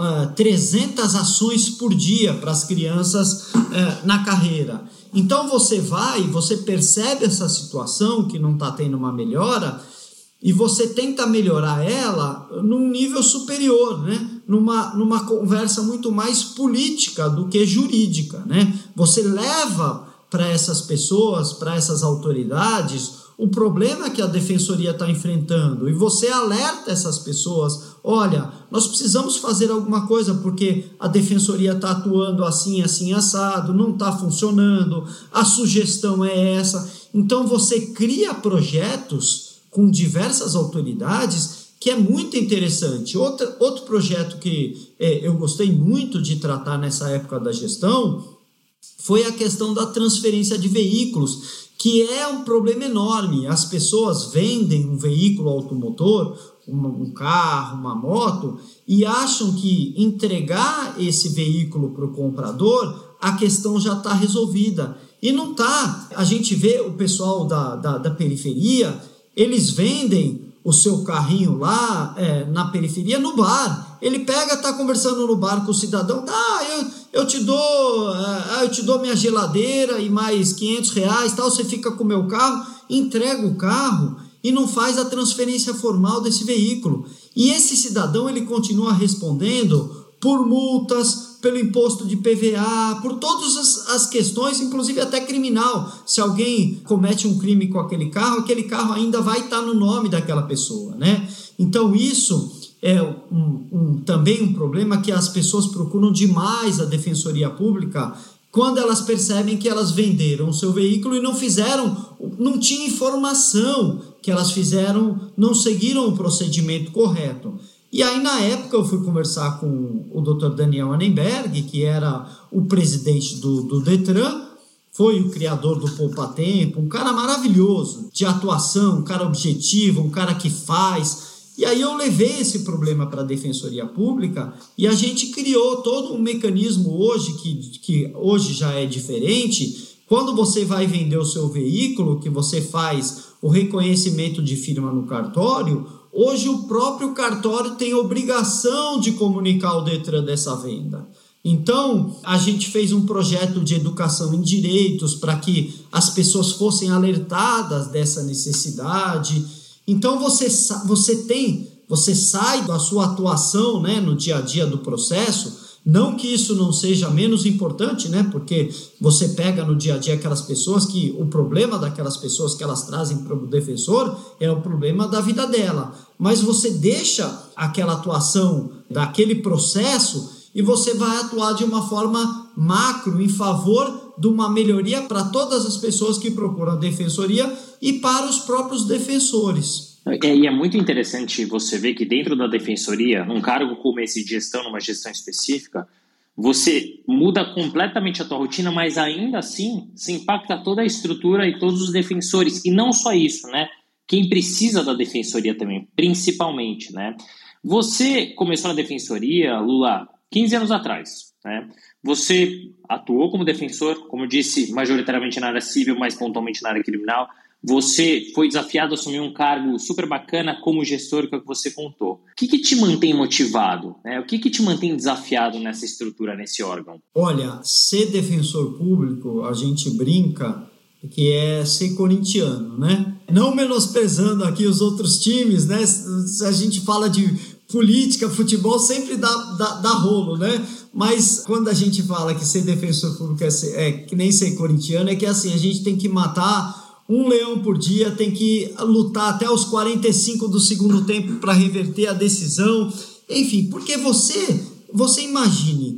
300 ações por dia para as crianças na carreira. Então, você percebe essa situação que não está tendo uma melhora e você tenta melhorar ela num nível superior, né? Numa conversa muito mais política do que jurídica, né? Você leva para essas pessoas, para essas autoridades, o problema que a defensoria está enfrentando, e você alerta essas pessoas: olha, nós precisamos fazer alguma coisa porque a defensoria está atuando assim, assim, assado, não está funcionando, a sugestão é essa. Então você cria projetos com diversas autoridades, que é muito interessante. Outro projeto que eu gostei muito de tratar nessa época da gestão foi a questão da transferência de veículos, que é um problema enorme. As pessoas vendem um veículo automotor, um carro, uma moto, e acham que entregar esse veículo para o comprador, a questão já está resolvida. E não está. A gente vê o pessoal da periferia, eles vendem o seu carrinho lá na periferia no bar. Ele pega, está conversando no bar com o cidadão: eu te dou minha geladeira e mais R$500, tal, você fica com o meu carro, entrega o carro e não faz a transferência formal desse veículo. E esse cidadão, ele continua respondendo por multas, pelo imposto de PVA, por todas as questões, inclusive até criminal. Se alguém comete um crime com aquele carro ainda vai estar no nome daquela pessoa, né? Então isso é também um problema que as pessoas procuram demais a Defensoria Pública quando elas percebem que elas venderam o seu veículo e não tinha informação que elas fizeram, não seguiram o procedimento correto. E aí, na época, eu fui conversar com o Dr. Daniel Anenberg, que era o presidente do Detran, foi o criador do Poupa Tempo, um cara maravilhoso, de atuação, um cara objetivo, um cara que faz. E aí eu levei esse problema para a Defensoria Pública e a gente criou todo um mecanismo hoje, que hoje já é diferente. Quando você vai vender o seu veículo, que você faz o reconhecimento de firma no cartório, hoje o próprio cartório tem obrigação de comunicar ao Detran dessa venda. Então, a gente fez um projeto de educação em direitos para que as pessoas fossem alertadas dessa necessidade. Então, você sai da sua atuação, né, no dia a dia do processo. Não que isso não seja menos importante, né? Porque você pega no dia a dia aquelas pessoas que o problema daquelas pessoas que elas trazem para o defensor é o problema da vida dela. Mas você deixa aquela atuação daquele processo e você vai atuar de uma forma macro em favor de uma melhoria para todas as pessoas que procuram a defensoria e para os próprios defensores. E é muito interessante você ver que dentro da defensoria, num cargo como esse de gestão, numa gestão específica, você muda completamente a tua rotina, mas ainda assim se impacta toda a estrutura e todos os defensores. E não só isso, né? Quem precisa da defensoria também, principalmente, né? Você começou na defensoria, Lula, 15 anos atrás, né? Você atuou como defensor, como eu disse, majoritariamente na área civil, mas pontualmente na área criminal. Você foi desafiado a assumir um cargo super bacana como gestor, que é o que você contou. O que te mantém motivado, né? O que te mantém desafiado nessa estrutura, nesse órgão? Olha, ser defensor público, a gente brinca que é ser corintiano, né? Não menosprezando aqui os outros times, né? Se a gente fala de política, futebol, sempre dá rolo, né? Mas quando a gente fala que ser defensor público é que nem ser corintiano, é que assim, a gente tem que matar um leão por dia, tem que lutar até os 45 do segundo tempo para reverter a decisão. Enfim, porque você imagine,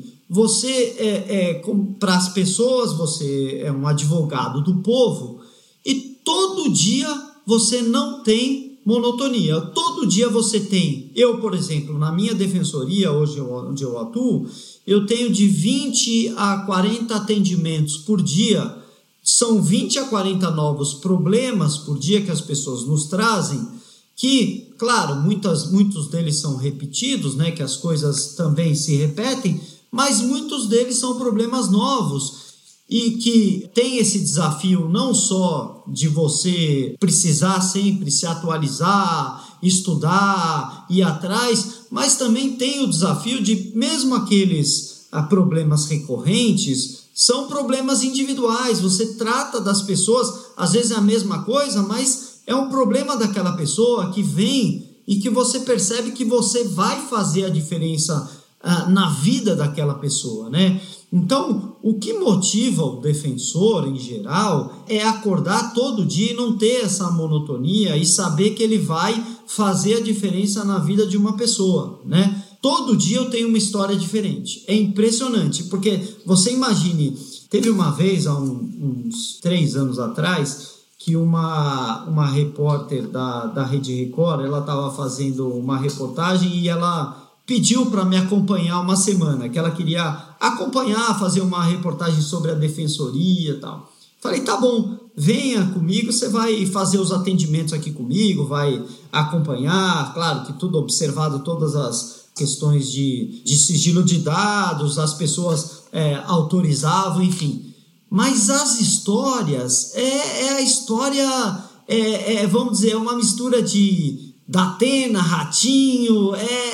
você para as pessoas, você é um advogado do povo e todo dia você não tem monotonia. Todo dia você tem, eu, por exemplo, na minha defensoria, hoje onde eu atuo, eu tenho de 20 a 40 atendimentos por dia. São 20 a 40 novos problemas por dia que as pessoas nos trazem, que, claro, muitos deles são repetidos, né, que as coisas também se repetem, mas muitos deles são problemas novos e que tem esse desafio não só de você precisar sempre se atualizar, estudar, ir atrás, mas também tem o desafio de, mesmo aqueles problemas recorrentes, são problemas individuais, você trata das pessoas, às vezes é a mesma coisa, mas é um problema daquela pessoa que vem e que você percebe que você vai fazer a diferença na vida daquela pessoa, né? Então, o que motiva o defensor, em geral, é acordar todo dia e não ter essa monotonia e saber que ele vai fazer a diferença na vida de uma pessoa, né? Todo dia eu tenho uma história diferente. É impressionante, porque você imagine, teve uma vez, há uns 3 anos atrás, que uma repórter da Rede Record, ela estava fazendo uma reportagem e ela pediu para me acompanhar uma semana, que ela queria acompanhar, fazer uma reportagem sobre a defensoria e tal. Falei, tá bom, venha comigo, você vai fazer os atendimentos aqui comigo, vai acompanhar, claro que tudo observado, todas as questões de sigilo de dados, as pessoas autorizavam, enfim. Mas as histórias, a história, vamos dizer, é uma mistura de Datena, Ratinho,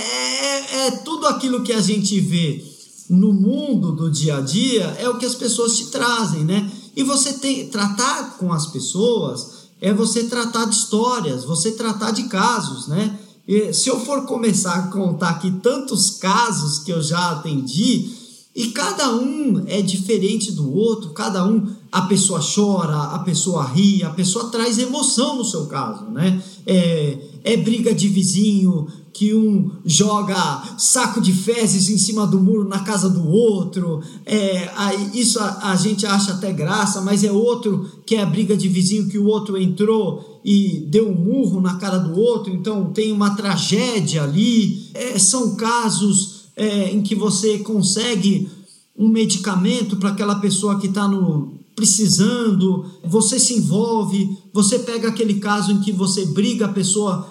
tudo aquilo que a gente vê no mundo do dia a dia é o que as pessoas te trazem, né? E você tratar com as pessoas é você tratar de histórias, você tratar de casos, né? E se eu for começar a contar aqui tantos casos que eu já atendi, e cada um é diferente do outro, cada um, a pessoa chora, a pessoa ri, a pessoa traz emoção no seu caso, né? É briga de vizinho, que um joga saco de fezes em cima do muro na casa do outro, isso a gente acha até graça, mas é outro que é a briga de vizinho que o outro entrou e deu um murro na cara do outro, então tem uma tragédia ali, são casos em que você consegue um medicamento para aquela pessoa que está precisando, você se envolve, você pega aquele caso em que você briga, a pessoa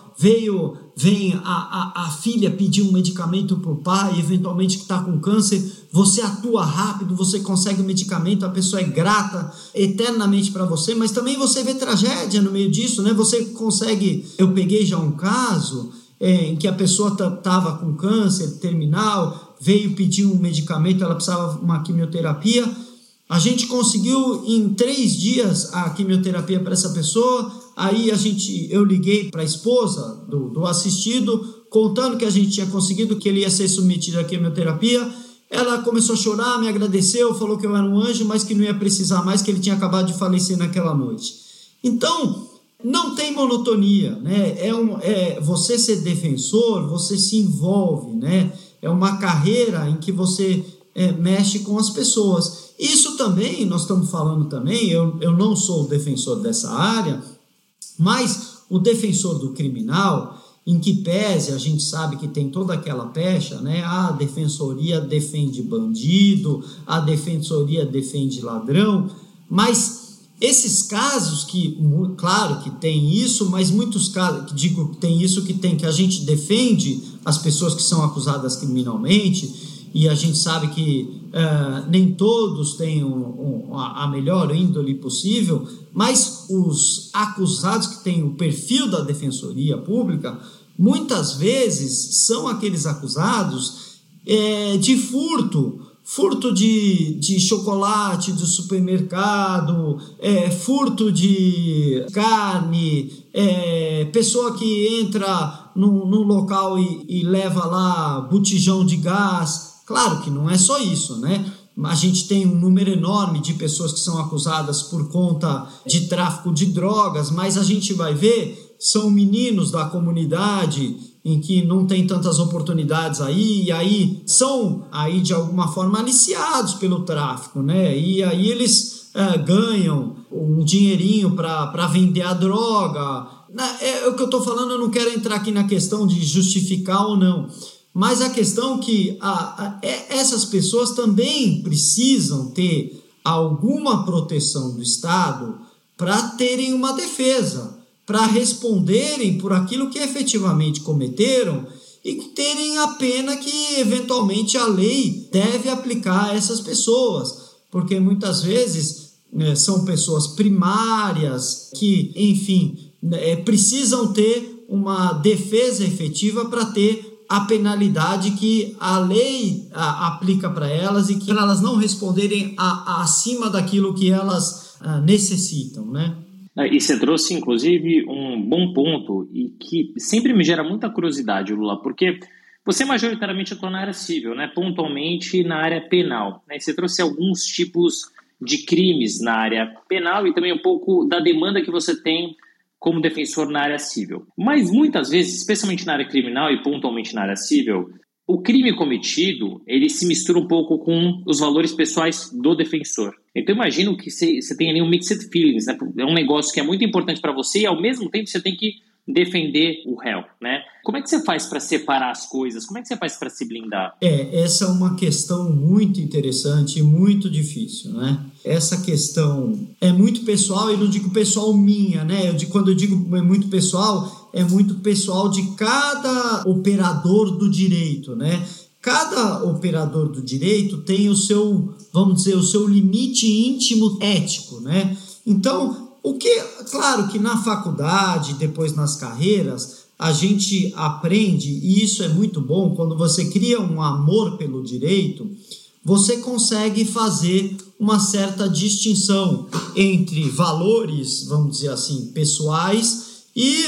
vem a filha pedir um medicamento para o pai, eventualmente que está com câncer, você atua rápido, você consegue o medicamento, a pessoa é grata eternamente para você, mas também você vê tragédia no meio disso, né? Você consegue, eu peguei já um caso em que a pessoa estava com câncer terminal, veio pedir um medicamento, ela precisava de uma quimioterapia, a gente conseguiu em 3 dias a quimioterapia para essa pessoa. Aí eu liguei para a esposa do assistido, contando que a gente tinha conseguido, que ele ia ser submetido à quimioterapia. Ela começou a chorar, me agradeceu, falou que eu era um anjo, mas que não ia precisar mais, que ele tinha acabado de falecer naquela noite. Então, não tem monotonia, né? Você ser defensor, você se envolve, né? É uma carreira em que você mexe com as pessoas. Isso também, nós estamos falando também, eu não sou o defensor dessa área, mas o defensor do criminal, em que pese, a gente sabe que tem toda aquela pecha, né? A defensoria defende bandido, a defensoria defende ladrão, mas esses casos que, claro que tem isso, mas muitos casos, que a gente defende as pessoas que são acusadas criminalmente, e a gente sabe que nem todos têm a melhor índole possível, mas os acusados que têm o perfil da defensoria pública, muitas vezes são aqueles acusados de furto de chocolate do supermercado, furto de carne, pessoa que entra num local e leva lá botijão de gás. Claro que não é só isso, né? a gente tem um número enorme de pessoas que são acusadas por conta de tráfico de drogas, mas a gente vai ver, são meninos da comunidade em que não tem tantas oportunidades aí, e aí são aí de alguma forma aliciados pelo tráfico, né? E aí eles ganham um dinheirinho para vender a droga. É o que eu estou falando, eu não quero entrar aqui na questão de justificar ou não, mas a questão que essas pessoas também precisam ter alguma proteção do Estado para terem uma defesa, para responderem por aquilo que efetivamente cometeram e terem a pena que eventualmente a lei deve aplicar a essas pessoas, porque muitas vezes são pessoas primárias que, enfim, precisam ter uma defesa efetiva para ter a penalidade que a lei aplica para elas e que elas não responderem acima daquilo que elas necessitam, né? E você trouxe, inclusive, um bom ponto e que sempre me gera muita curiosidade, Lula, porque você majoritariamente atua na área civil, né? Pontualmente na área penal, né? Você trouxe alguns tipos de crimes na área penal e também um pouco da demanda que você tem como defensor na área civil. Mas muitas vezes, especialmente na área criminal e pontualmente na área civil, o crime cometido, ele se mistura um pouco com os valores pessoais do defensor. Então imagino que você tem ali um mixed feelings, né? É um negócio que é muito importante para você e ao mesmo tempo você tem que defender o réu, né? Como é que você faz para separar as coisas? Como é que você faz para se blindar? Essa é uma questão muito interessante e muito difícil, né? Essa questão é muito pessoal, e não digo pessoal minha, né? Quando eu digo muito pessoal, é muito pessoal de cada operador do direito, né? Cada operador do direito tem o seu, vamos dizer, o seu limite íntimo ético, né? Então, claro que na faculdade, depois nas carreiras, a gente aprende, e isso é muito bom, quando você cria um amor pelo direito, você consegue fazer uma certa distinção entre valores, vamos dizer assim, pessoais e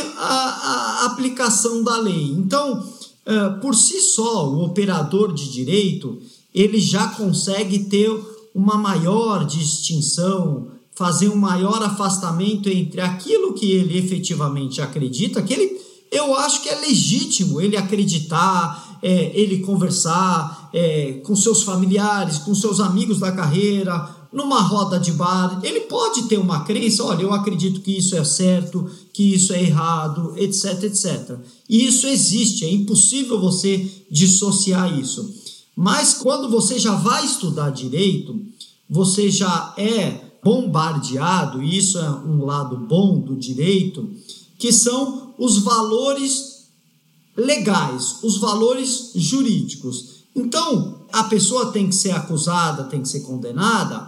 a aplicação da lei. Então, por si só, o operador de direito, ele já consegue ter uma maior distinção, fazer um maior afastamento entre aquilo que ele efetivamente acredita, eu acho que é legítimo ele acreditar, ele conversar com seus familiares, com seus amigos da carreira, numa roda de bar. Ele pode ter uma crença, olha, eu acredito que isso é certo, que isso é errado, etc, etc. E isso existe, é impossível você dissociar isso. Mas quando você já vai estudar direito, você já é bombardeado, e isso é um lado bom do direito, que são os valores legais, os valores jurídicos. Então, a pessoa tem que ser acusada, tem que ser condenada,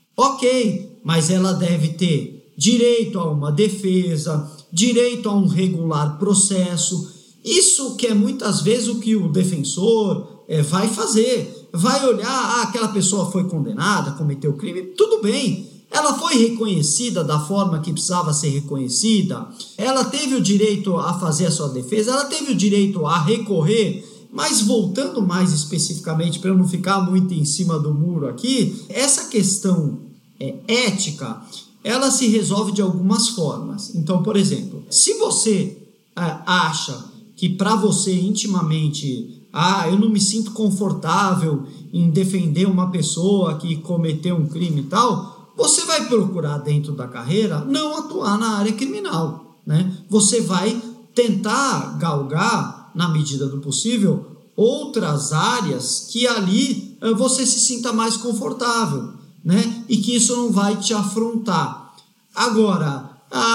ok, mas ela deve ter direito a uma defesa, direito a um regular processo. Isso que é muitas vezes o que o defensor vai fazer. Vai olhar, aquela pessoa foi condenada, cometeu crime, tudo bem. Ela foi reconhecida da forma que precisava ser reconhecida, ela teve o direito a fazer a sua defesa, ela teve o direito a recorrer, mas voltando mais especificamente, para eu não ficar muito em cima do muro aqui, essa questão ética, ela se resolve de algumas formas. Então, por exemplo, se você acha que para você intimamente, eu não me sinto confortável em defender uma pessoa que cometeu um crime e tal, você vai procurar dentro da carreira não atuar na área criminal, né? Você vai tentar galgar, na medida do possível, outras áreas que ali você se sinta mais confortável, né? E que isso não vai te afrontar. Agora,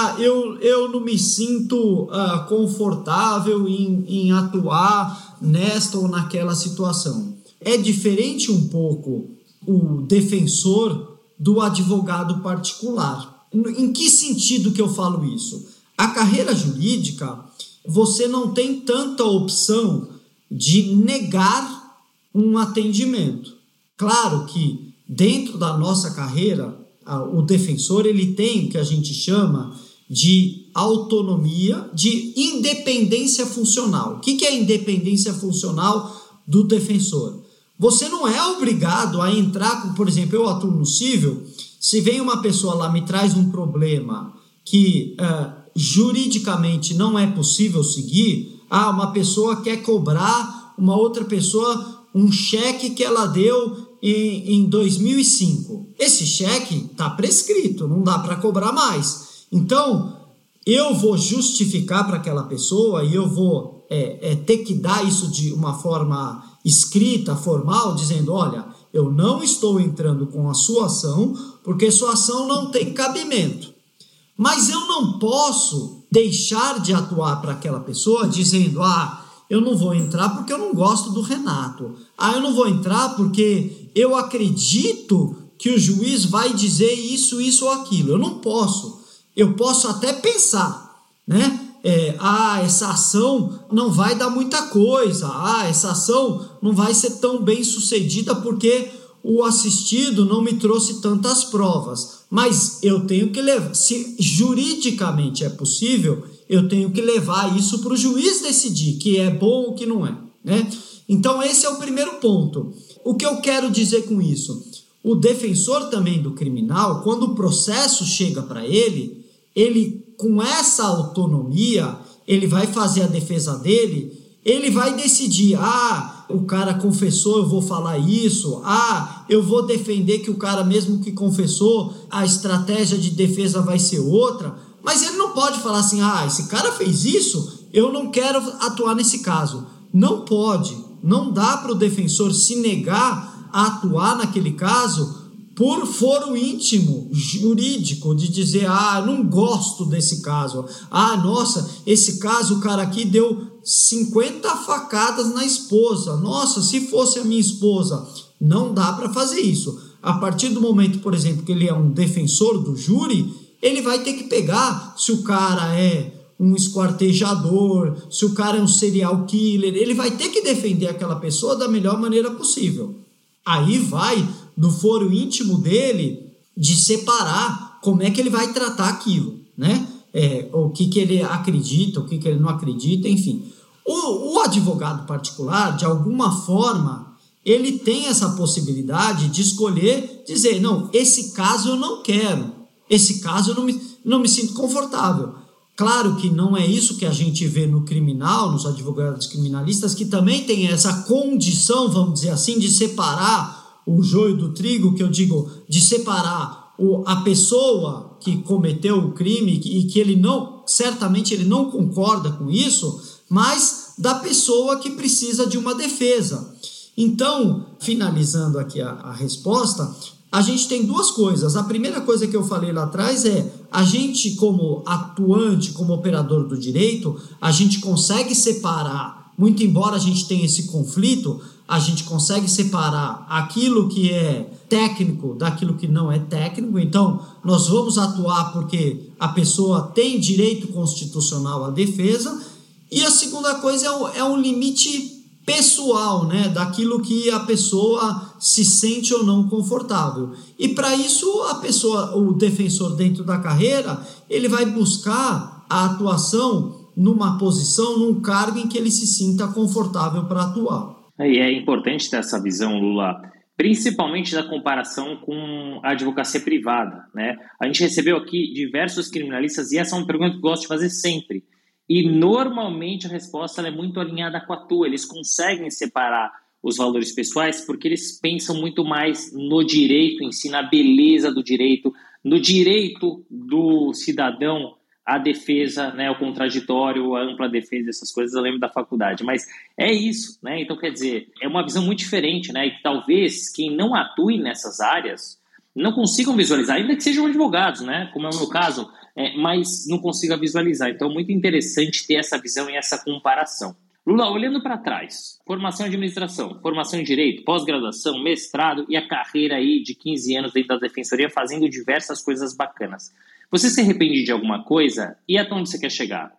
eu não me sinto confortável em atuar nesta ou naquela situação. É diferente um pouco o defensor do advogado particular. Em que sentido que eu falo isso? A carreira jurídica, você não tem tanta opção de negar um atendimento. Claro que dentro da nossa carreira, o defensor ele tem o que a gente chama de autonomia, de independência funcional. O que é independência funcional do defensor? Você não é obrigado a entrar, por exemplo, eu atuo no civil, se vem uma pessoa lá me traz um problema que juridicamente não é possível seguir, uma pessoa quer cobrar uma outra pessoa um cheque que ela deu em 2005. Esse cheque está prescrito, não dá para cobrar mais. Então, eu vou justificar para aquela pessoa e eu vou ter que dar isso de uma forma escrita, formal, dizendo, olha, eu não estou entrando com a sua ação porque sua ação não tem cabimento. Mas eu não posso deixar de atuar para aquela pessoa dizendo, eu não vou entrar porque eu não gosto do Renato. Eu não vou entrar porque eu acredito que o juiz vai dizer isso, isso ou aquilo. Eu não posso. Eu posso até pensar, né? Essa ação não vai dar muita coisa. Essa ação não vai ser tão bem sucedida porque o assistido não me trouxe tantas provas. Mas eu tenho que levar, se juridicamente é possível, eu tenho que levar isso para o juiz decidir que é bom ou que não é, né? Então esse é o primeiro ponto. O que eu quero dizer com isso? O defensor também do criminal, quando o processo chega para ele com essa autonomia, ele vai fazer a defesa dele, ele vai decidir, o cara confessou, eu vou falar isso, eu vou defender que o cara mesmo que confessou, a estratégia de defesa vai ser outra, mas ele não pode falar assim, esse cara fez isso, eu não quero atuar nesse caso. Não pode, não dá para o defensor se negar a atuar naquele caso por foro íntimo, jurídico, de dizer, não gosto desse caso, nossa, esse caso o cara aqui deu 50 facadas na esposa, nossa, se fosse a minha esposa. Não dá para fazer isso. A partir do momento, por exemplo, que ele é um defensor do júri, ele vai ter que pegar se o cara é um esquartejador, se o cara é um serial killer, ele vai ter que defender aquela pessoa da melhor maneira possível. Aí vai do foro íntimo dele de separar como é que ele vai tratar aquilo, né? O que ele acredita, o que ele não acredita, enfim. O advogado particular, de alguma forma, ele tem essa possibilidade de escolher, dizer, não, esse caso eu não quero, esse caso eu não me sinto confortável. Claro que não é isso que a gente vê no criminal, nos advogados criminalistas, que também tem essa condição, vamos dizer assim, de separar o joio do trigo, que eu digo, de separar a pessoa que cometeu o crime e que certamente ele não concorda com isso, mas da pessoa que precisa de uma defesa. Então, finalizando aqui a resposta, a gente tem duas coisas. A primeira coisa que eu falei lá atrás a gente, como atuante, como operador do direito, a gente consegue separar, muito embora a gente tenha esse conflito, a gente consegue separar aquilo que é técnico daquilo que não é técnico. Então, nós vamos atuar porque a pessoa tem direito constitucional à defesa. E a segunda coisa é um limite pessoal, né, daquilo que a pessoa se sente ou não confortável. E para isso o defensor dentro da carreira, ele vai buscar a atuação numa posição, num cargo em que ele se sinta confortável para atuar. E é importante ter essa visão, Lula, principalmente da comparação com a advocacia privada, né? A gente recebeu aqui diversos criminalistas e essa é uma pergunta que eu gosto de fazer sempre. E normalmente a resposta é muito alinhada com a tua. Eles conseguem separar os valores pessoais porque eles pensam muito mais no direito em si, na beleza do direito, no direito do cidadão à defesa, né, o contraditório, a ampla defesa, essas coisas eu lembro da faculdade. Mas é isso, né? Então, quer dizer, é uma visão muito diferente, né? E que talvez quem não atue nessas áreas não consigam visualizar, ainda que sejam advogados, né? Como é o meu caso, mas não consiga visualizar. Então, é muito interessante ter essa visão e essa comparação. Lula, olhando para trás, formação em administração, formação em direito, pós-graduação, mestrado e a carreira aí de 15 anos dentro da defensoria fazendo diversas coisas bacanas. Você se arrepende de alguma coisa e até onde você quer chegar?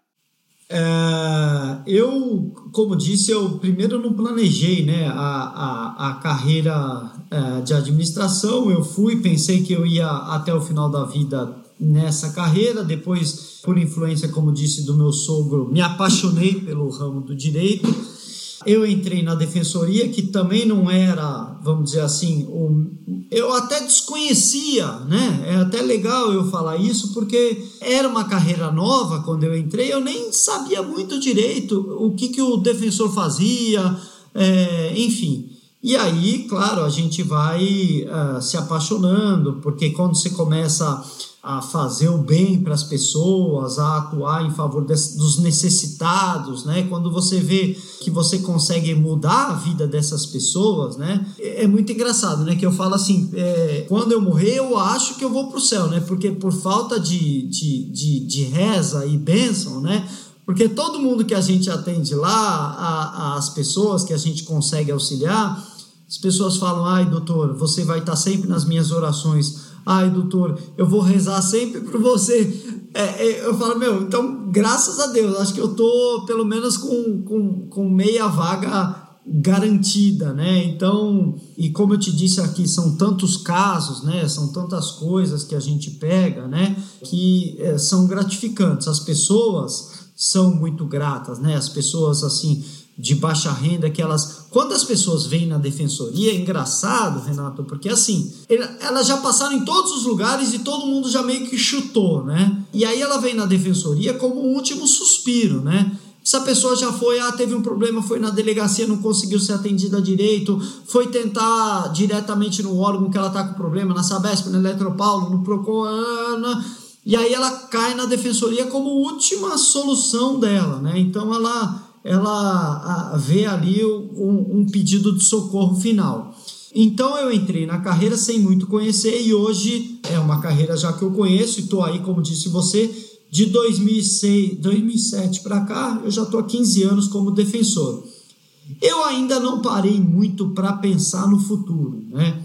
Eu, como disse, eu primeiro não planejei, né, a carreira de administração. Eu pensei que eu ia até o final da vida nessa carreira. Depois, por influência, como disse, do meu sogro, me apaixonei pelo ramo do direito Eu entrei na defensoria, que também não era, vamos dizer assim, eu até desconhecia, né? É até legal eu falar isso, porque era uma carreira nova quando eu entrei, eu nem sabia muito direito o que o defensor fazia, enfim. E aí, claro, a gente vai se apaixonando, porque quando você começa a fazer o bem para as pessoas, a atuar em favor dos necessitados, né? Quando você vê que você consegue mudar a vida dessas pessoas, né? É muito engraçado, né? Que eu falo assim, quando eu morrer, eu acho que eu vou para o céu, né? Porque por falta de reza e bênção, né? Porque todo mundo que a gente atende lá, as pessoas que a gente consegue auxiliar, as pessoas falam, ai, doutor, você vai estar sempre nas minhas orações. Ai, doutor, eu vou rezar sempre por você. Eu falo, então, graças a Deus, acho que eu tô pelo menos com meia vaga garantida, né? Então, e como eu te disse aqui, são tantos casos, né? São tantas coisas que a gente pega, né? Que são gratificantes. As pessoas são muito gratas, né? As pessoas, assim, de baixa renda, que quando as pessoas vêm na defensoria, é engraçado, Renato, porque assim, elas já passaram em todos os lugares e todo mundo já meio que chutou, né? E aí ela vem na defensoria como um último suspiro, né? Essa pessoa já foi, teve um problema, foi na delegacia, não conseguiu ser atendida direito, foi tentar diretamente no órgão que ela está com problema, na Sabesp, na Eletropaulo, no Procon, e aí ela cai na defensoria como última solução dela, né? Então ela vê ali um pedido de socorro final. Então eu entrei na carreira sem muito conhecer e hoje é uma carreira já que eu conheço e estou aí, como disse você, de 2007 para cá, eu já estou há 15 anos como defensor. Eu ainda não parei muito para pensar no futuro, né?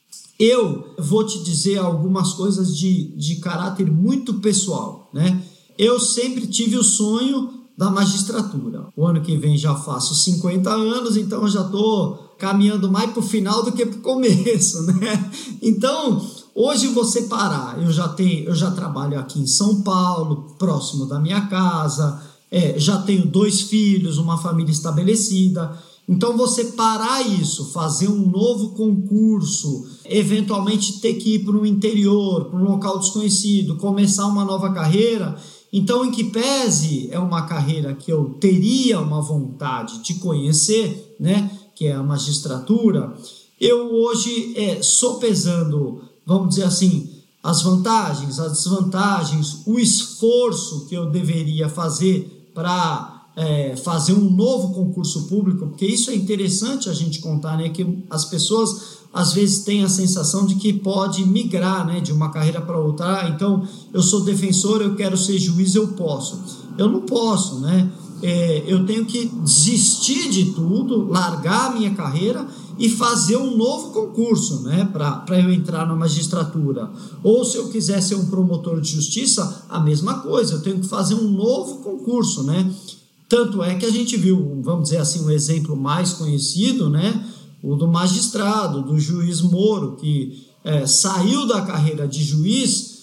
Eu vou te dizer algumas coisas de caráter muito pessoal, né? Eu sempre tive o sonho da magistratura. O ano que vem já faço 50 anos, então eu já estou caminhando mais para o final do que para o começo, né? Então, hoje você parar, eu já trabalho aqui em São Paulo, próximo da minha casa, já tenho 2 filhos, uma família estabelecida. Então, você parar isso, fazer um novo concurso, eventualmente ter que ir para o interior, para um local desconhecido, começar uma nova carreira. Então, em que pese é uma carreira que eu teria uma vontade de conhecer, né, que é a magistratura, eu hoje sopesando, vamos dizer assim, as vantagens, as desvantagens, o esforço que eu deveria fazer para fazer um novo concurso público, porque isso é interessante a gente contar, né, que as pessoas às vezes têm a sensação de que pode migrar, né, de uma carreira para outra. Então, eu sou defensor, eu quero ser juiz, eu posso. Eu não posso, né? Eu tenho que desistir de tudo, largar a minha carreira e fazer um novo concurso, né, para eu entrar na magistratura. Ou se eu quiser ser um promotor de justiça, a mesma coisa, eu tenho que fazer um novo concurso, né? Tanto é que a gente viu, vamos dizer assim, um exemplo mais conhecido, né, o do magistrado, do juiz Moro, que saiu da carreira de juiz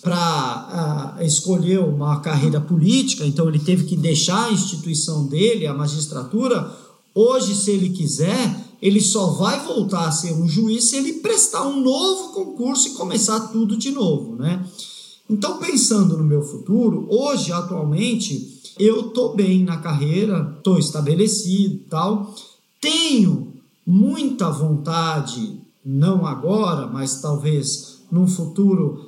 para escolher uma carreira política, então ele teve que deixar a instituição dele, a magistratura. Hoje, se ele quiser, ele só vai voltar a ser um juiz se ele prestar um novo concurso e começar tudo de novo, né? Então, pensando no meu futuro, hoje, atualmente, eu estou bem na carreira, estou estabelecido e tal, tenho muita vontade, não agora, mas talvez num futuro,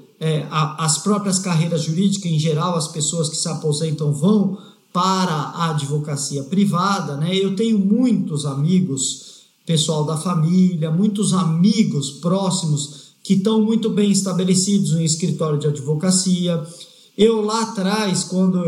as próprias carreiras jurídicas, em geral, as pessoas que se aposentam vão para a advocacia privada, né? Eu tenho muitos amigos, pessoal da família, muitos amigos próximos que estão muito bem estabelecidos em escritório de advocacia. Eu lá atrás, quando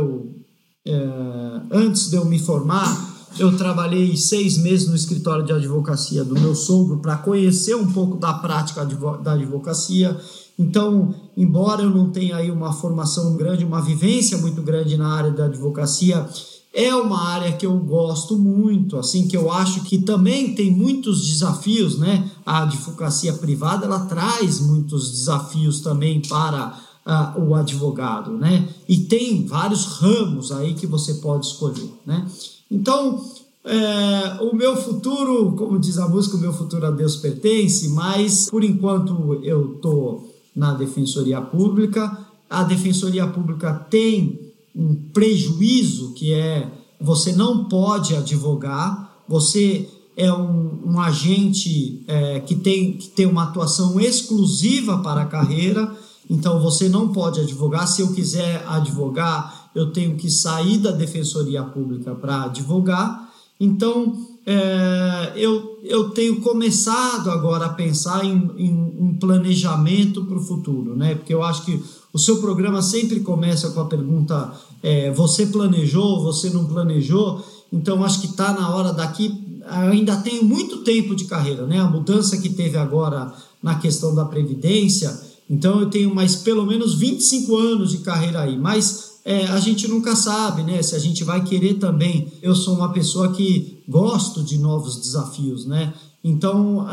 antes de eu me formar, eu trabalhei 6 meses no escritório de advocacia do meu sogro para conhecer um pouco da prática da advocacia. Então, embora eu não tenha aí uma formação grande, uma vivência muito grande na área da advocacia, é uma área que eu gosto muito, assim, que eu acho que também tem muitos desafios, né? A advocacia privada, ela traz muitos desafios também para o advogado, né? E tem vários ramos aí que você pode escolher, né? Então, O meu futuro, como diz a música, o meu futuro a Deus pertence, mas por enquanto eu estou na Defensoria Pública. A Defensoria Pública tem um prejuízo que é você não pode advogar, você é um agente que tem uma atuação exclusiva para a carreira, então você não pode advogar. Se eu quiser advogar, eu tenho que sair da Defensoria Pública para advogar. Então, eu tenho começado agora a pensar em um planejamento para o futuro, né? Porque eu acho que o seu programa sempre começa com a pergunta, você planejou, você não planejou? Então, acho que está na hora ainda tenho muito tempo de carreira, né? A mudança que teve agora na questão da Previdência, então eu tenho mais pelo menos 25 anos de carreira aí, mas a gente nunca sabe, né? Se a gente vai querer também. Eu sou uma pessoa que gosto de novos desafios, né? Então,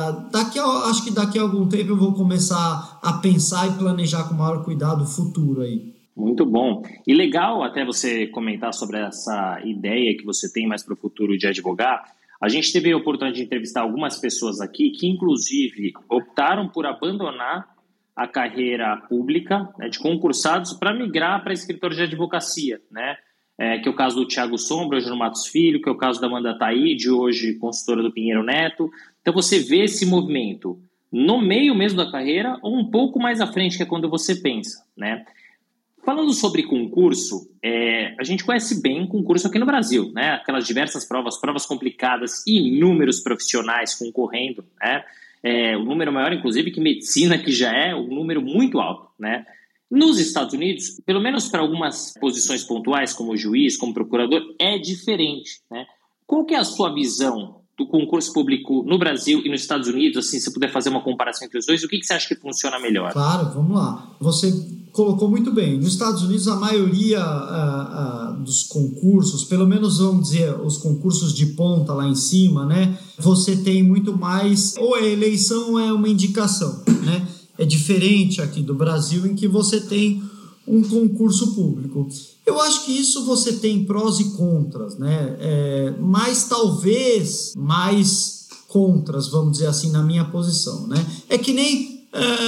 acho que daqui a algum tempo eu vou começar a pensar e planejar com maior cuidado o futuro aí. Muito bom. E legal até você comentar sobre essa ideia que você tem mais para o futuro de advogar. A gente teve a oportunidade de entrevistar algumas pessoas aqui que, inclusive, optaram por abandonar a carreira pública, né, de concursados para migrar para escritório de advocacia, né? Que é o caso do Thiago Sombra, hoje no Matos Filho, que é o caso da Amanda Taide, hoje consultora do Pinheiro Neto. Então você vê esse movimento no meio mesmo da carreira ou um pouco mais à frente, que é quando você pensa, né? Falando sobre concurso, a gente conhece bem concurso aqui no Brasil, né? Aquelas diversas provas complicadas, inúmeros profissionais concorrendo, né? O número maior, inclusive, que medicina, que já é um número muito alto, né? Nos Estados Unidos, pelo menos para algumas posições pontuais, como juiz, como procurador, é diferente, né? Qual que é a sua visão do concurso público no Brasil e nos Estados Unidos? Assim, se puder fazer uma comparação entre os dois, o que você acha que funciona melhor? Claro, vamos lá. Você colocou muito bem. Nos Estados Unidos, a maioria dos concursos, pelo menos vamos dizer, os concursos de ponta lá em cima, né? Você tem muito mais, ou a eleição ou é uma indicação, né? É diferente aqui do Brasil, em que você tem um concurso público. Eu acho que isso você tem prós e contras, né? Mas talvez mais contras, vamos dizer assim, na minha posição, né? É que nem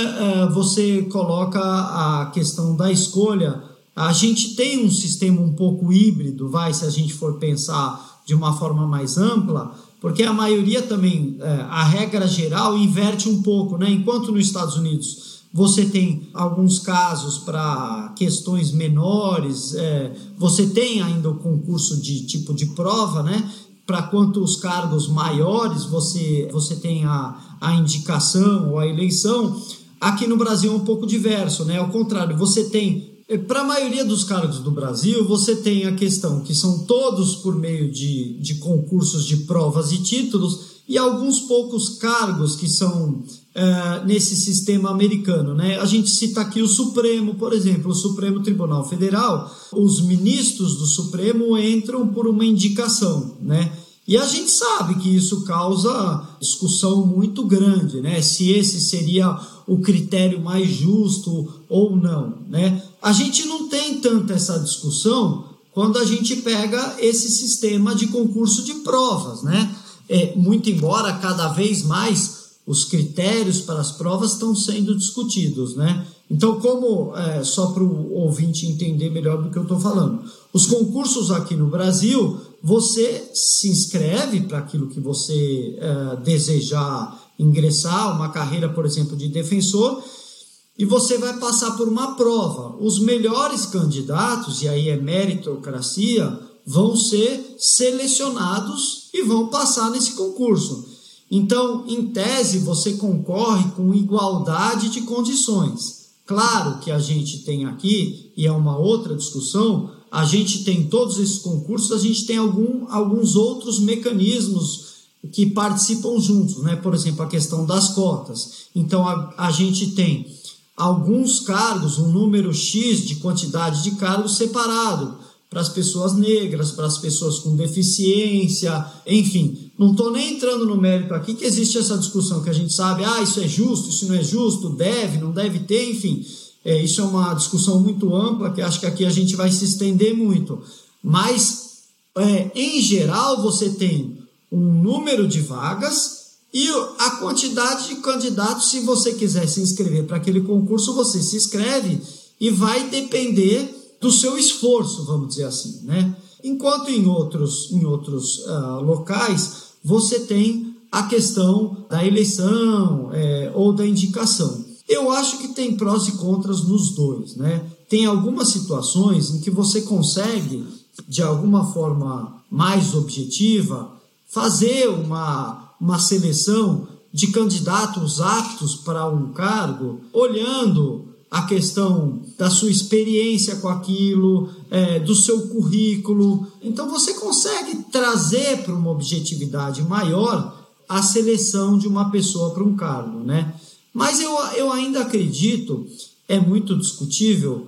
você coloca a questão da escolha. A gente tem um sistema um pouco híbrido, se a gente for pensar de uma forma mais ampla, porque a maioria também, a regra geral inverte um pouco, né? Enquanto nos Estados Unidos você tem alguns casos para questões menores, você tem ainda o concurso de tipo de prova, né? Para quantos cargos maiores você tem a indicação ou a eleição. Aqui no Brasil é um pouco diverso, né? Ao contrário, você tem, para a maioria dos cargos do Brasil, você tem a questão que são todos por meio de concursos de provas e títulos, e alguns poucos cargos que são nesse sistema americano, né? A gente cita aqui o Supremo, por exemplo, o Supremo Tribunal Federal. Os ministros do Supremo entram por uma indicação, né? E a gente sabe que isso causa discussão muito grande, né? Se esse seria o critério mais justo ou não, né? A gente não tem tanta essa discussão quando a gente pega esse sistema de concurso de provas, né? Muito embora cada vez mais os critérios para as provas estão sendo discutidos, né? Então, só para o ouvinte entender melhor do que eu estou falando, os concursos aqui no Brasil, você se inscreve para aquilo que você desejar ingressar, uma carreira, por exemplo, de defensor, e você vai passar por uma prova. Os melhores candidatos, e aí é meritocracia, vão ser selecionados e vão passar nesse concurso. Então, em tese, você concorre com igualdade de condições. Claro que a gente tem aqui, e é uma outra discussão, a gente tem todos esses concursos, a gente tem alguns outros mecanismos que participam juntos, né? Por exemplo, a questão das cotas. Então, a gente tem alguns cargos, um número X de quantidade de cargos separado para as pessoas negras, para as pessoas com deficiência, enfim. Não estou nem entrando no mérito aqui, que existe essa discussão que a gente sabe, isso é justo, isso não é justo, deve, não deve ter, enfim. Isso é uma discussão muito ampla, que acho que aqui a gente vai se estender muito. Mas Em geral, você tem um número de vagas e a quantidade de candidatos. Se você quiser se inscrever para aquele concurso, você se inscreve e vai depender do seu esforço, vamos dizer assim, né? Enquanto em outros locais, você tem a questão da eleição ou da indicação. Eu acho que tem prós e contras nos dois, né? Tem algumas situações em que você consegue, de alguma forma mais objetiva, fazer uma seleção de candidatos aptos para um cargo, olhando a questão da sua experiência com aquilo, do seu currículo. Então você consegue trazer para uma objetividade maior a seleção de uma pessoa para um cargo, né? Mas eu ainda acredito, é muito discutível,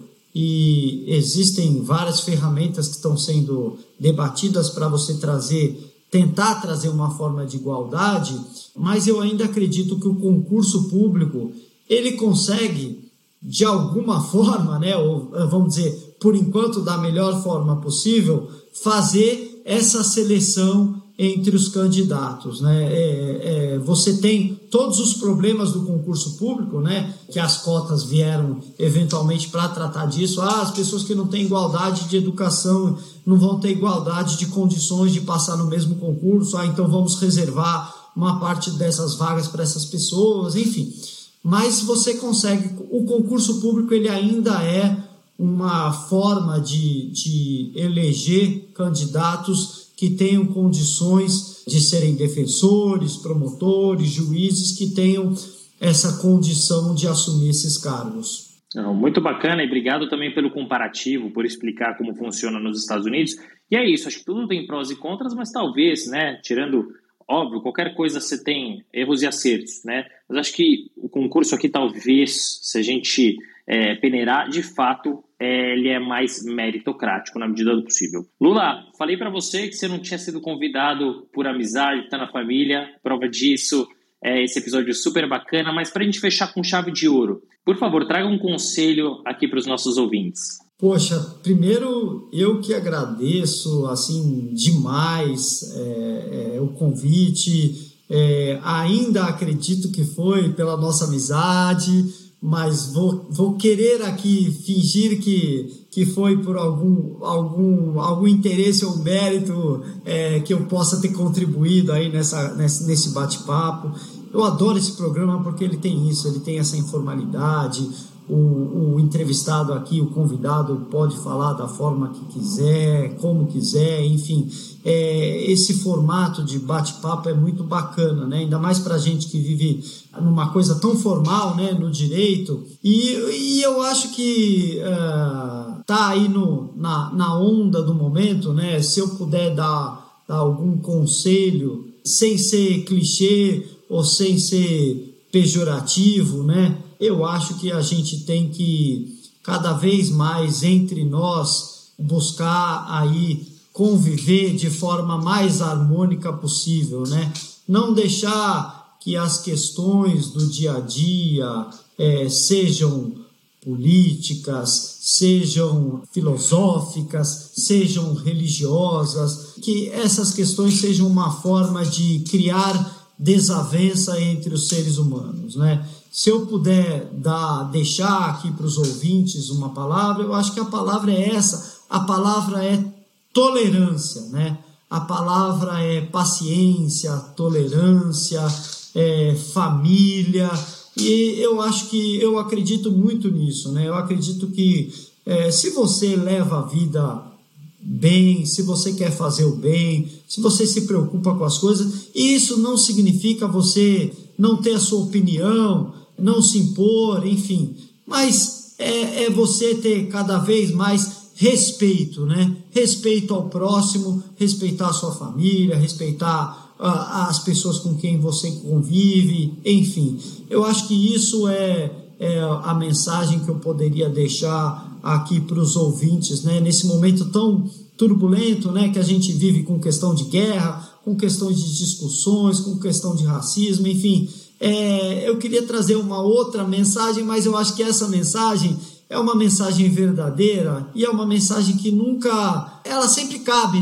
e existem várias ferramentas que estão sendo debatidas para você tentar trazer uma forma de igualdade, mas eu ainda acredito que o concurso público, ele consegue, de alguma forma, né, ou vamos dizer, por enquanto da melhor forma possível, fazer essa seleção entre os candidatos, né? Você tem todos os problemas do concurso público, né? Que as cotas vieram eventualmente para tratar disso. As pessoas que não têm igualdade de educação não vão ter igualdade de condições de passar no mesmo concurso. Então vamos reservar uma parte dessas vagas para essas pessoas, enfim. Mas você consegue. O concurso público, ele ainda é uma forma de eleger candidatos que tenham condições de serem defensores, promotores, juízes, que tenham essa condição de assumir esses cargos. Muito bacana, e obrigado também pelo comparativo, por explicar como funciona nos Estados Unidos. E é isso, acho que tudo tem prós e contras, mas talvez, né, tirando, óbvio, qualquer coisa você tem erros e acertos, né? Mas acho que o concurso aqui, talvez, se a gente peneirar, de fato, ele é mais meritocrático na medida do possível. Lula, falei para você que você não tinha sido convidado por amizade, tá na família, prova disso, esse episódio super bacana, mas para a gente fechar com chave de ouro, por favor, traga um conselho aqui para os nossos ouvintes. Poxa, primeiro eu que agradeço assim demais o convite, ainda acredito que foi pela nossa amizade, mas vou querer aqui fingir que foi por algum interesse ou mérito que eu possa ter contribuído aí nesse bate-papo. Eu adoro esse programa porque ele tem isso, ele tem essa informalidade. O entrevistado aqui, o convidado, pode falar da forma que quiser, como quiser, enfim. Esse formato de bate-papo é muito bacana, né? Ainda mais para a gente que vive numa coisa tão formal, né? No direito. E eu acho que tá aí na onda do momento, né? Se eu puder dar algum conselho, sem ser clichê ou sem ser pejorativo, né? Eu acho que a gente tem que, cada vez mais entre nós, buscar aí conviver de forma mais harmônica possível, né? Não deixar que as questões do dia a dia sejam políticas, sejam filosóficas, sejam religiosas, que essas questões sejam uma forma de criar desavença entre os seres humanos, né? Se eu puder deixar aqui para os ouvintes uma palavra, eu acho que a palavra é essa, a palavra é tolerância, né? A palavra é paciência, tolerância, família, e eu acredito muito nisso, né? Eu acredito que se você leva a vida bem, se você quer fazer o bem, se você se preocupa com as coisas, isso não significa você não ter a sua opinião, não se impor, enfim, mas é você ter cada vez mais respeito, né? Respeito ao próximo, respeitar a sua família, respeitar as pessoas com quem você convive, enfim. Eu acho que isso é a mensagem que eu poderia deixar aqui para os ouvintes, né? Nesse momento tão turbulento, né? Que a gente vive com questão de guerra, com questões de discussões, com questão de racismo, enfim. Eu queria trazer uma outra mensagem, mas eu acho que essa mensagem é uma mensagem verdadeira e é uma mensagem que ela sempre cabe, né?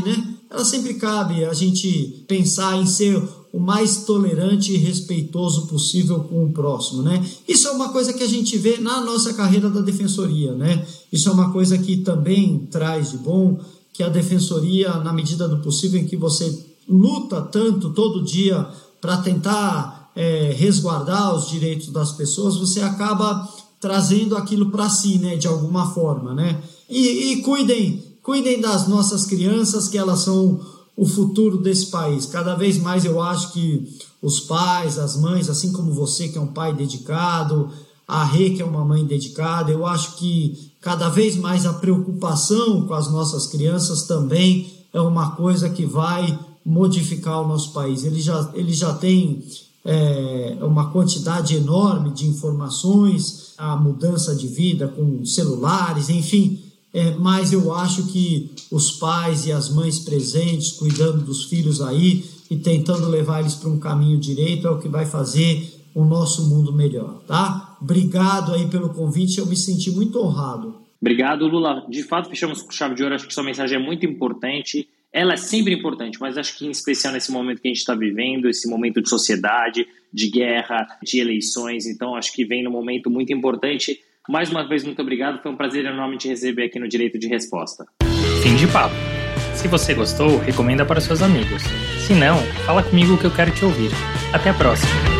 ela sempre cabe a gente pensar em ser o mais tolerante e respeitoso possível com o próximo, né? Isso é uma coisa que a gente vê na nossa carreira da Defensoria, né? Isso é uma coisa que também traz de bom, que a Defensoria, na medida do possível, em que você luta tanto todo dia para tentar resguardar os direitos das pessoas, você acaba trazendo aquilo para si, né? De alguma forma, né? E cuidem das nossas crianças, que elas são o futuro desse país. Cada vez mais eu acho que os pais, as mães, assim como você que é um pai dedicado, a Rê que é uma mãe dedicada, eu acho que cada vez mais a preocupação com as nossas crianças também é uma coisa que vai modificar o nosso país. Ele já tem uma quantidade enorme de informações, a mudança de vida com celulares, enfim, mas eu acho que os pais e as mães presentes, cuidando dos filhos aí e tentando levar eles para um caminho direito, é o que vai fazer o nosso mundo melhor, tá? Obrigado aí pelo convite, eu me senti muito honrado. Obrigado, Lula. De fato, fechamos com chave de ouro. Acho que sua mensagem é muito importante. Ela é sempre importante, mas acho que em especial nesse momento que a gente está vivendo, esse momento de sociedade, de guerra, de eleições. Então, acho que vem num momento muito importante. Mais uma vez, muito obrigado. Foi um prazer enorme te receber aqui no Direito de Resposta. Fim de papo. Se você gostou, recomenda para seus amigos. Se não, fala comigo que eu quero te ouvir. Até a próxima.